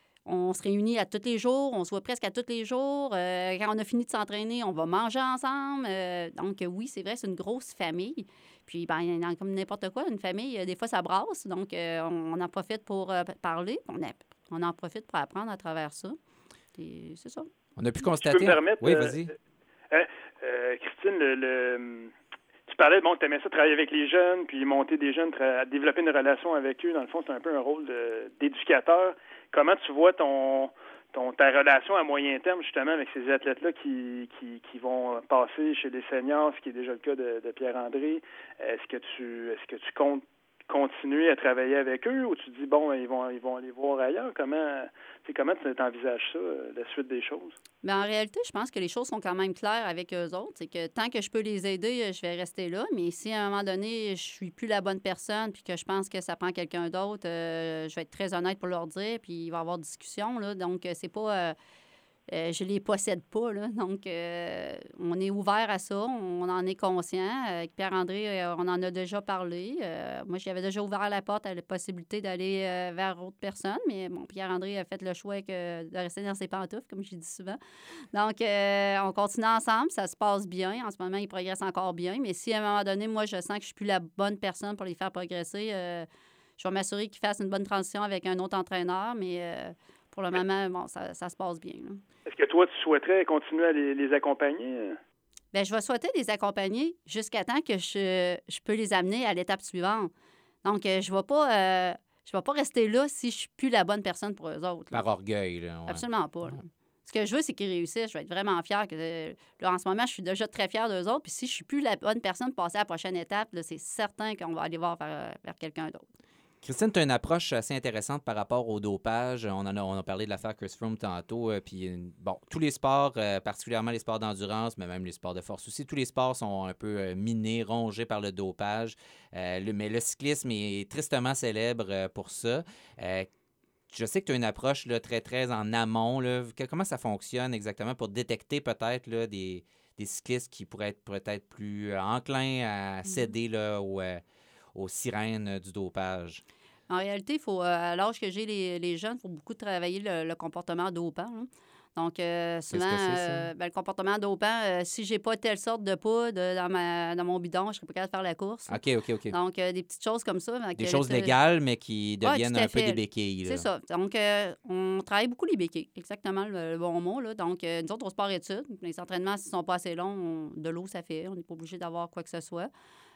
on se réunit à tous les jours, on se voit presque à tous les jours. Euh, quand on a fini de s'entraîner, on va manger ensemble. Euh, donc, euh, oui, c'est vrai, c'est une grosse famille. Puis, ben, dans- comme n'importe quoi, une famille, euh, des fois, ça brasse. Donc, euh, on, on en profite pour euh, parler. On, a- on en profite pour apprendre à travers ça. Et c'est ça.
On a pu
Je peux
constater...
me permettre,
Oui,
euh,
vas-y.
Euh, euh, Christine, le, le- tu parlais, bon, tu aimais ça travailler avec les jeunes, puis monter des jeunes, tra- développer une relation avec eux. Dans le fond, c'est un peu un rôle de- d'éducateur. Comment tu vois ton, ton ta relation à moyen terme, justement, avec ces athlètes-là qui, qui, qui vont passer chez les seniors, ce qui est déjà le cas de, de Pierre-André? Est-ce que tu est-ce que tu comptes continuer à travailler avec eux ou tu dis, bon, ils vont ils vont aller voir ailleurs? Comment, tu sais, comment tu t'envisages ça, la suite des choses?
Mais en réalité, je pense que les choses sont quand même claires avec eux autres. C'est que tant que je peux les aider, je vais rester là. Mais si à un moment donné, je suis plus la bonne personne puis que je pense que ça prend quelqu'un d'autre, euh, je vais être très honnête pour leur dire. Puis il va y avoir discussion. Là. Donc, c'est pas... Euh, euh, je les possède pas. Là. Donc, euh, on est ouvert à ça. On en est conscient. Avec Pierre-André, euh, on en a déjà parlé. Euh, moi, j'avais déjà ouvert la porte à la possibilité d'aller euh, vers d'autres personnes. Mais bon, Pierre-André a fait le choix que, de rester dans ses pantoufles, comme je dis souvent. Donc, euh, on continue ensemble. Ça se passe bien. En ce moment, ils progressent encore bien. Mais si à un moment donné, moi, je sens que je suis plus la bonne personne pour les faire progresser, euh, je vais m'assurer qu'ils fassent une bonne transition avec un autre entraîneur, mais euh, pour le moment, bon, ça, ça se passe bien. Là.
Est-ce que toi, tu souhaiterais continuer à les, les accompagner?
Bien, je vais souhaiter les accompagner jusqu'à temps que je, je peux les amener à l'étape suivante. Donc, euh, je ne vais pas... Euh, Je ne vais pas rester là si je ne suis plus la bonne personne pour eux autres. Là.
Par orgueil. Là, ouais.
Absolument pas. Là. Ce que je veux, c'est qu'ils réussissent. Je vais être vraiment fière. Que, là, en ce moment, je suis déjà très fière d'eux autres. Puis si je ne suis plus la bonne personne pour passer à la prochaine étape, là, c'est certain qu'on va aller voir vers, vers quelqu'un d'autre.
Christine, tu as une approche assez intéressante par rapport au dopage. On en a, on a parlé de l'affaire Chris Froome tantôt. Euh, puis, bon, tous les sports, euh, particulièrement les sports d'endurance, mais même les sports de force aussi, tous les sports sont un peu euh, minés, rongés par le dopage. Euh, le, mais le cyclisme est tristement célèbre euh, pour ça. Euh, je sais que tu as une approche là, très, très en amont. Là. Comment ça fonctionne exactement pour détecter peut-être là, des, des cyclistes qui pourraient être peut-être plus euh, enclins à céder là, au... Euh, aux sirènes du dopage?
En réalité, il faut, à l'âge que j'ai les, les jeunes, il faut beaucoup travailler le, le comportement dopant. Hein. Donc, euh, souvent,
Qu'est-ce que c'est,
euh, ben, le comportement dopant, euh, si j'ai pas telle sorte de poudre dans, ma, dans mon bidon, je serais pas capable de faire la course.
OK, OK, OK.
Donc, euh, des petites choses comme ça.
Des choses légales, mais qui deviennent
ouais,
un peu
fait.
des béquilles.
C'est ça. Donc, euh, on travaille beaucoup les béquilles. Exactement le, le bon mot. Là. Donc, euh, nous autres, au sport-études, les entraînements, s'ils ne sont pas assez longs, on, de l'eau, ça fait. On n'est pas obligé d'avoir quoi que ce soit.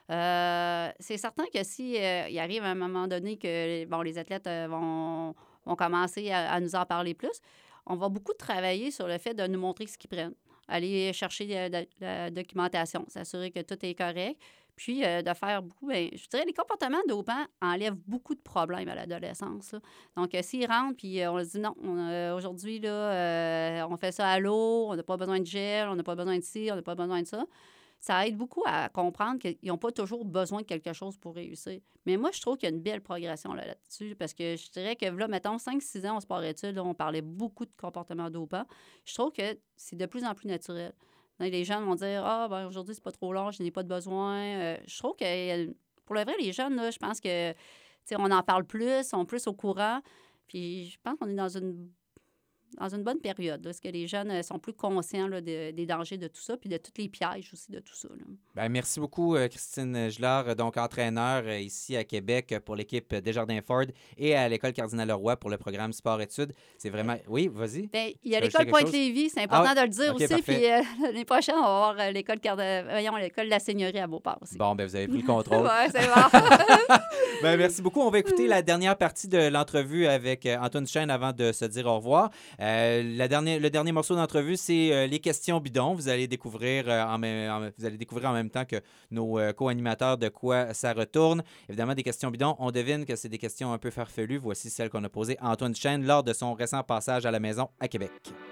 Euh, c'est certain que si euh, il arrive à un moment donné que bon, les athlètes euh, vont, vont commencer à, à nous en parler plus, on va beaucoup travailler sur le fait de nous montrer ce qu'ils prennent. Aller chercher de, de, de la documentation, s'assurer que tout est correct. Puis euh, de faire beaucoup, bien, je dirais, les comportements dopants enlèvent beaucoup de problèmes à l'adolescence. Là. Donc, euh, s'ils rentrent, puis euh, on se dit non, on, euh, aujourd'hui, là, euh, on fait ça à l'eau, on n'a pas besoin de gel, on n'a pas besoin de ci, on n'a pas besoin de ça. Ça aide beaucoup à comprendre qu'ils n'ont pas toujours besoin de quelque chose pour réussir. Mais moi, je trouve qu'il y a une belle progression là, là-dessus parce que je dirais que, là, mettons, cinq six ans au sport-études, on parlait beaucoup de comportements dopants. Je trouve que c'est de plus en plus naturel. Donc, les jeunes vont dire « Ah, ben aujourd'hui, c'est pas trop long, je n'ai pas de besoin. Euh, » Je trouve que, pour le vrai, les jeunes, là, je pense que, tu sais, on en parle plus, on est plus au courant. Puis je pense qu'on est dans une... dans une bonne période, là, parce que les jeunes sont plus conscients là, de, des dangers de tout ça, puis de tous les pièges aussi de tout ça. Là.
Bien, merci beaucoup, euh, Christine Gilard, donc entraîneur euh, ici à Québec euh, pour l'équipe Desjardins-Ford et à l'École Cardinal-Leroy pour le programme Sport-Études. C'est vraiment... Oui, vas-y.
Bien, il y a l'École Pointe-Lévis, c'est important ah, de le dire
okay,
aussi,
parfait.
puis euh, l'année prochaine, on va avoir euh, l'École Card... Voyons, l'École de la Seigneurie à Beauport aussi.
Bon, bien, vous avez pris le contrôle.
Oui, c'est bon.
Bien, merci beaucoup. On va écouter la dernière partie de l'entrevue avec euh, Antoine Duchesne avant de se dire au revoir. Euh, la dernière Le dernier morceau d'entrevue, c'est euh, les questions bidons. Vous allez découvrir euh, en même en, vous allez découvrir en même temps que nos euh, co-animateurs de quoi ça retourne. Évidemment, des questions bidons. On devine que c'est des questions un peu farfelues. Voici celle qu'on a posée à Antoine Duchesne lors de son récent passage à la maison à Québec.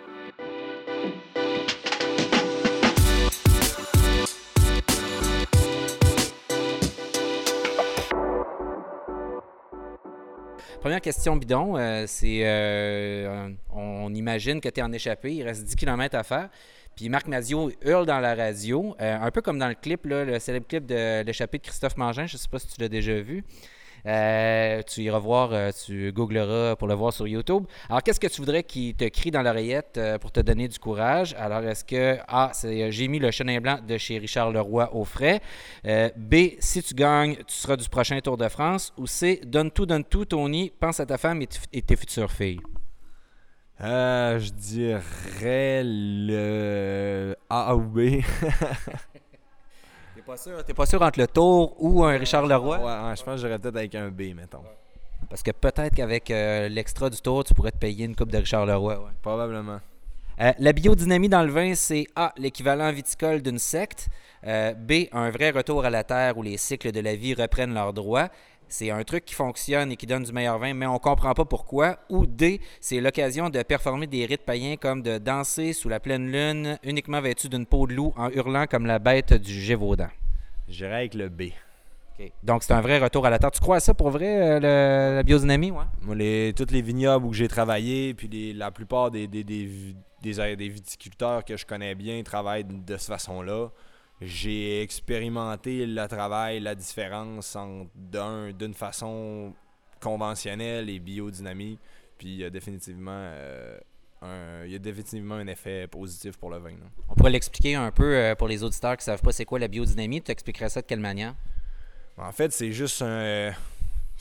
Première question bidon, euh, c'est euh, on, on imagine que tu es en échappée, il reste dix kilomètres à faire. Puis Marc Maziot hurle dans la radio, euh, un peu comme dans le clip, là, le célèbre clip de l'échappée de Christophe Mangin, je ne sais pas si tu l'as déjà vu. Euh, tu iras voir, euh, tu googleras pour le voir sur YouTube. Alors, qu'est-ce que tu voudrais qu'il te crie dans l'oreillette euh, pour te donner du courage? Alors, est-ce que A, c'est j'ai mis le chenin blanc de chez Richard Leroy au frais? Euh, B, si tu gagnes, tu seras du prochain Tour de France? Ou C, donne tout, donne tout, Tony, pense à ta femme et, t- et tes futures filles?
Euh, je dirais le A ou B.
T'es pas sûr, t'es pas sûr entre le Tour ou un Richard Leroy?
Ouais, ouais, je pense que j'aurais peut-être avec un B, mettons.
Parce que peut-être qu'avec euh, l'extra du Tour, tu pourrais te payer une coupe de Richard Leroy. Ouais.
Probablement.
Euh, la biodynamie dans le vin, c'est A, l'équivalent viticole d'une secte. Euh, B, un vrai retour à la terre où les cycles de la vie reprennent leurs droits. C'est un truc qui fonctionne et qui donne du meilleur vin, mais on ne comprend pas pourquoi. Ou D, c'est l'occasion de performer des rites païens comme de danser sous la pleine lune, uniquement vêtu d'une peau de loup en hurlant comme la bête du Gévaudan.
J'irais avec le B.
Okay. Donc, c'est un vrai retour à la terre. Tu crois à ça pour vrai, euh, le, la biodynamie? Ouais?
Moi, les, tous les vignobles où j'ai travaillé, puis les, la plupart des, des, des, des, des viticulteurs que je connais bien travaillent de cette façon-là. J'ai expérimenté le travail, la différence entre d'un, d'une façon conventionnelle et biodynamie. Puis il y a définitivement, euh, un, il y a définitivement un effet positif pour le vin. Là.
On pourrait l'expliquer un peu euh, pour les auditeurs qui ne savent pas c'est quoi la biodynamie. Tu expliquerais ça de quelle manière?
En fait, c'est juste un...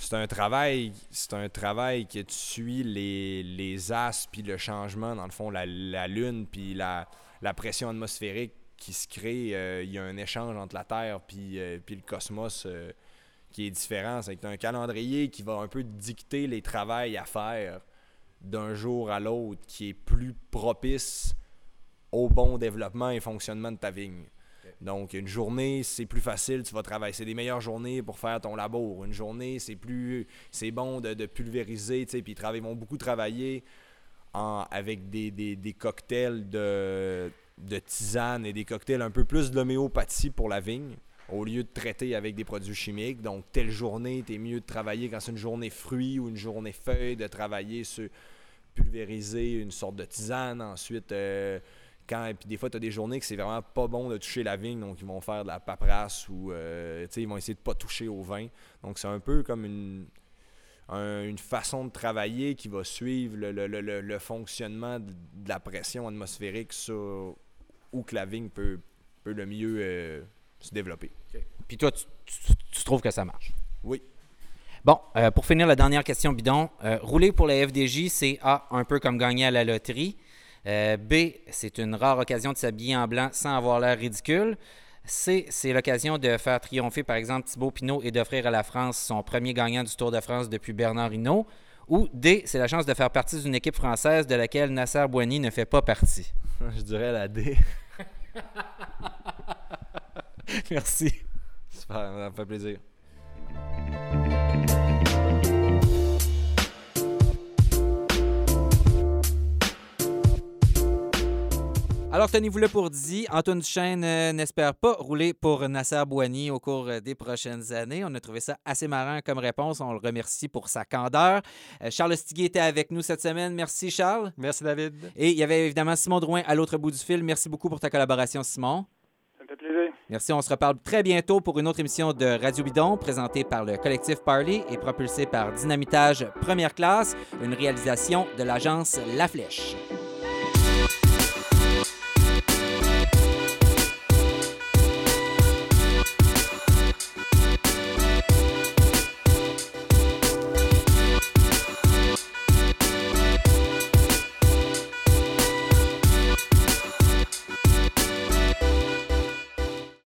c'est un travail, c'est un travail que tu suis les, les astres, puis le changement, dans le fond, la, la Lune, puis la, la pression atmosphérique qui se crée. Euh, il y a un échange entre la Terre puis, euh, puis le cosmos euh, qui est différent. C'est un calendrier qui va un peu dicter les travails à faire d'un jour à l'autre, qui est plus propice au bon développement et fonctionnement de ta vigne. Donc, une journée, c'est plus facile, tu vas travailler. C'est des meilleures journées pour faire ton labour. Une journée, c'est plus c'est bon de, de pulvériser, tu sais, puis ils vont beaucoup travailler en, avec des, des, des cocktails de, de tisane et des cocktails un peu plus de l'homéopathie pour la vigne, au lieu de traiter avec des produits chimiques. Donc, telle journée, t'es mieux de travailler quand c'est une journée fruits ou une journée feuilles, de travailler sur pulvériser une sorte de tisane. Ensuite, euh, Quand, puis des fois, tu as des journées que c'est vraiment pas bon de toucher la vigne, donc ils vont faire de la paperasse ou euh, ils vont essayer de pas toucher au vin. Donc, c'est un peu comme une, un, une façon de travailler qui va suivre le, le, le, le fonctionnement de, de la pression atmosphérique sur où que la vigne peut, peut le mieux euh, se développer.
Okay. Puis toi, tu, tu, tu trouves que ça marche?
Oui.
Bon, euh, pour finir, la dernière question bidon. Euh, rouler pour la F D J, c'est A, un peu comme gagner à la loterie. Euh, B, c'est une rare occasion de s'habiller en blanc sans avoir l'air ridicule. C, c'est l'occasion de faire triompher, par exemple, Thibaut Pinot et d'offrir à la France son premier gagnant du Tour de France depuis Bernard Hinault. Ou D, c'est la chance de faire partie d'une équipe française de laquelle Nasser Boigny ne fait pas partie.
Je dirais la D.
Merci.
Super, ça me fait plaisir.
Alors, tenez-vous-le pour dit, Antoine Duchesne euh, n'espère pas rouler pour Nasser Boigny au cours euh, des prochaines années. On a trouvé ça assez marrant comme réponse. On le remercie pour sa candeur. Euh, Charles Stiguet était avec nous cette semaine. Merci, Charles.
Merci, David.
Et il y avait évidemment Simon Drouin à l'autre bout du fil. Merci beaucoup pour ta collaboration, Simon.
Ça me fait plaisir.
Merci. On se reparle très bientôt pour une autre émission de Radio Bidon présentée par le collectif Parley et propulsée par Dynamitage Première Classe, une réalisation de l'agence La Flèche.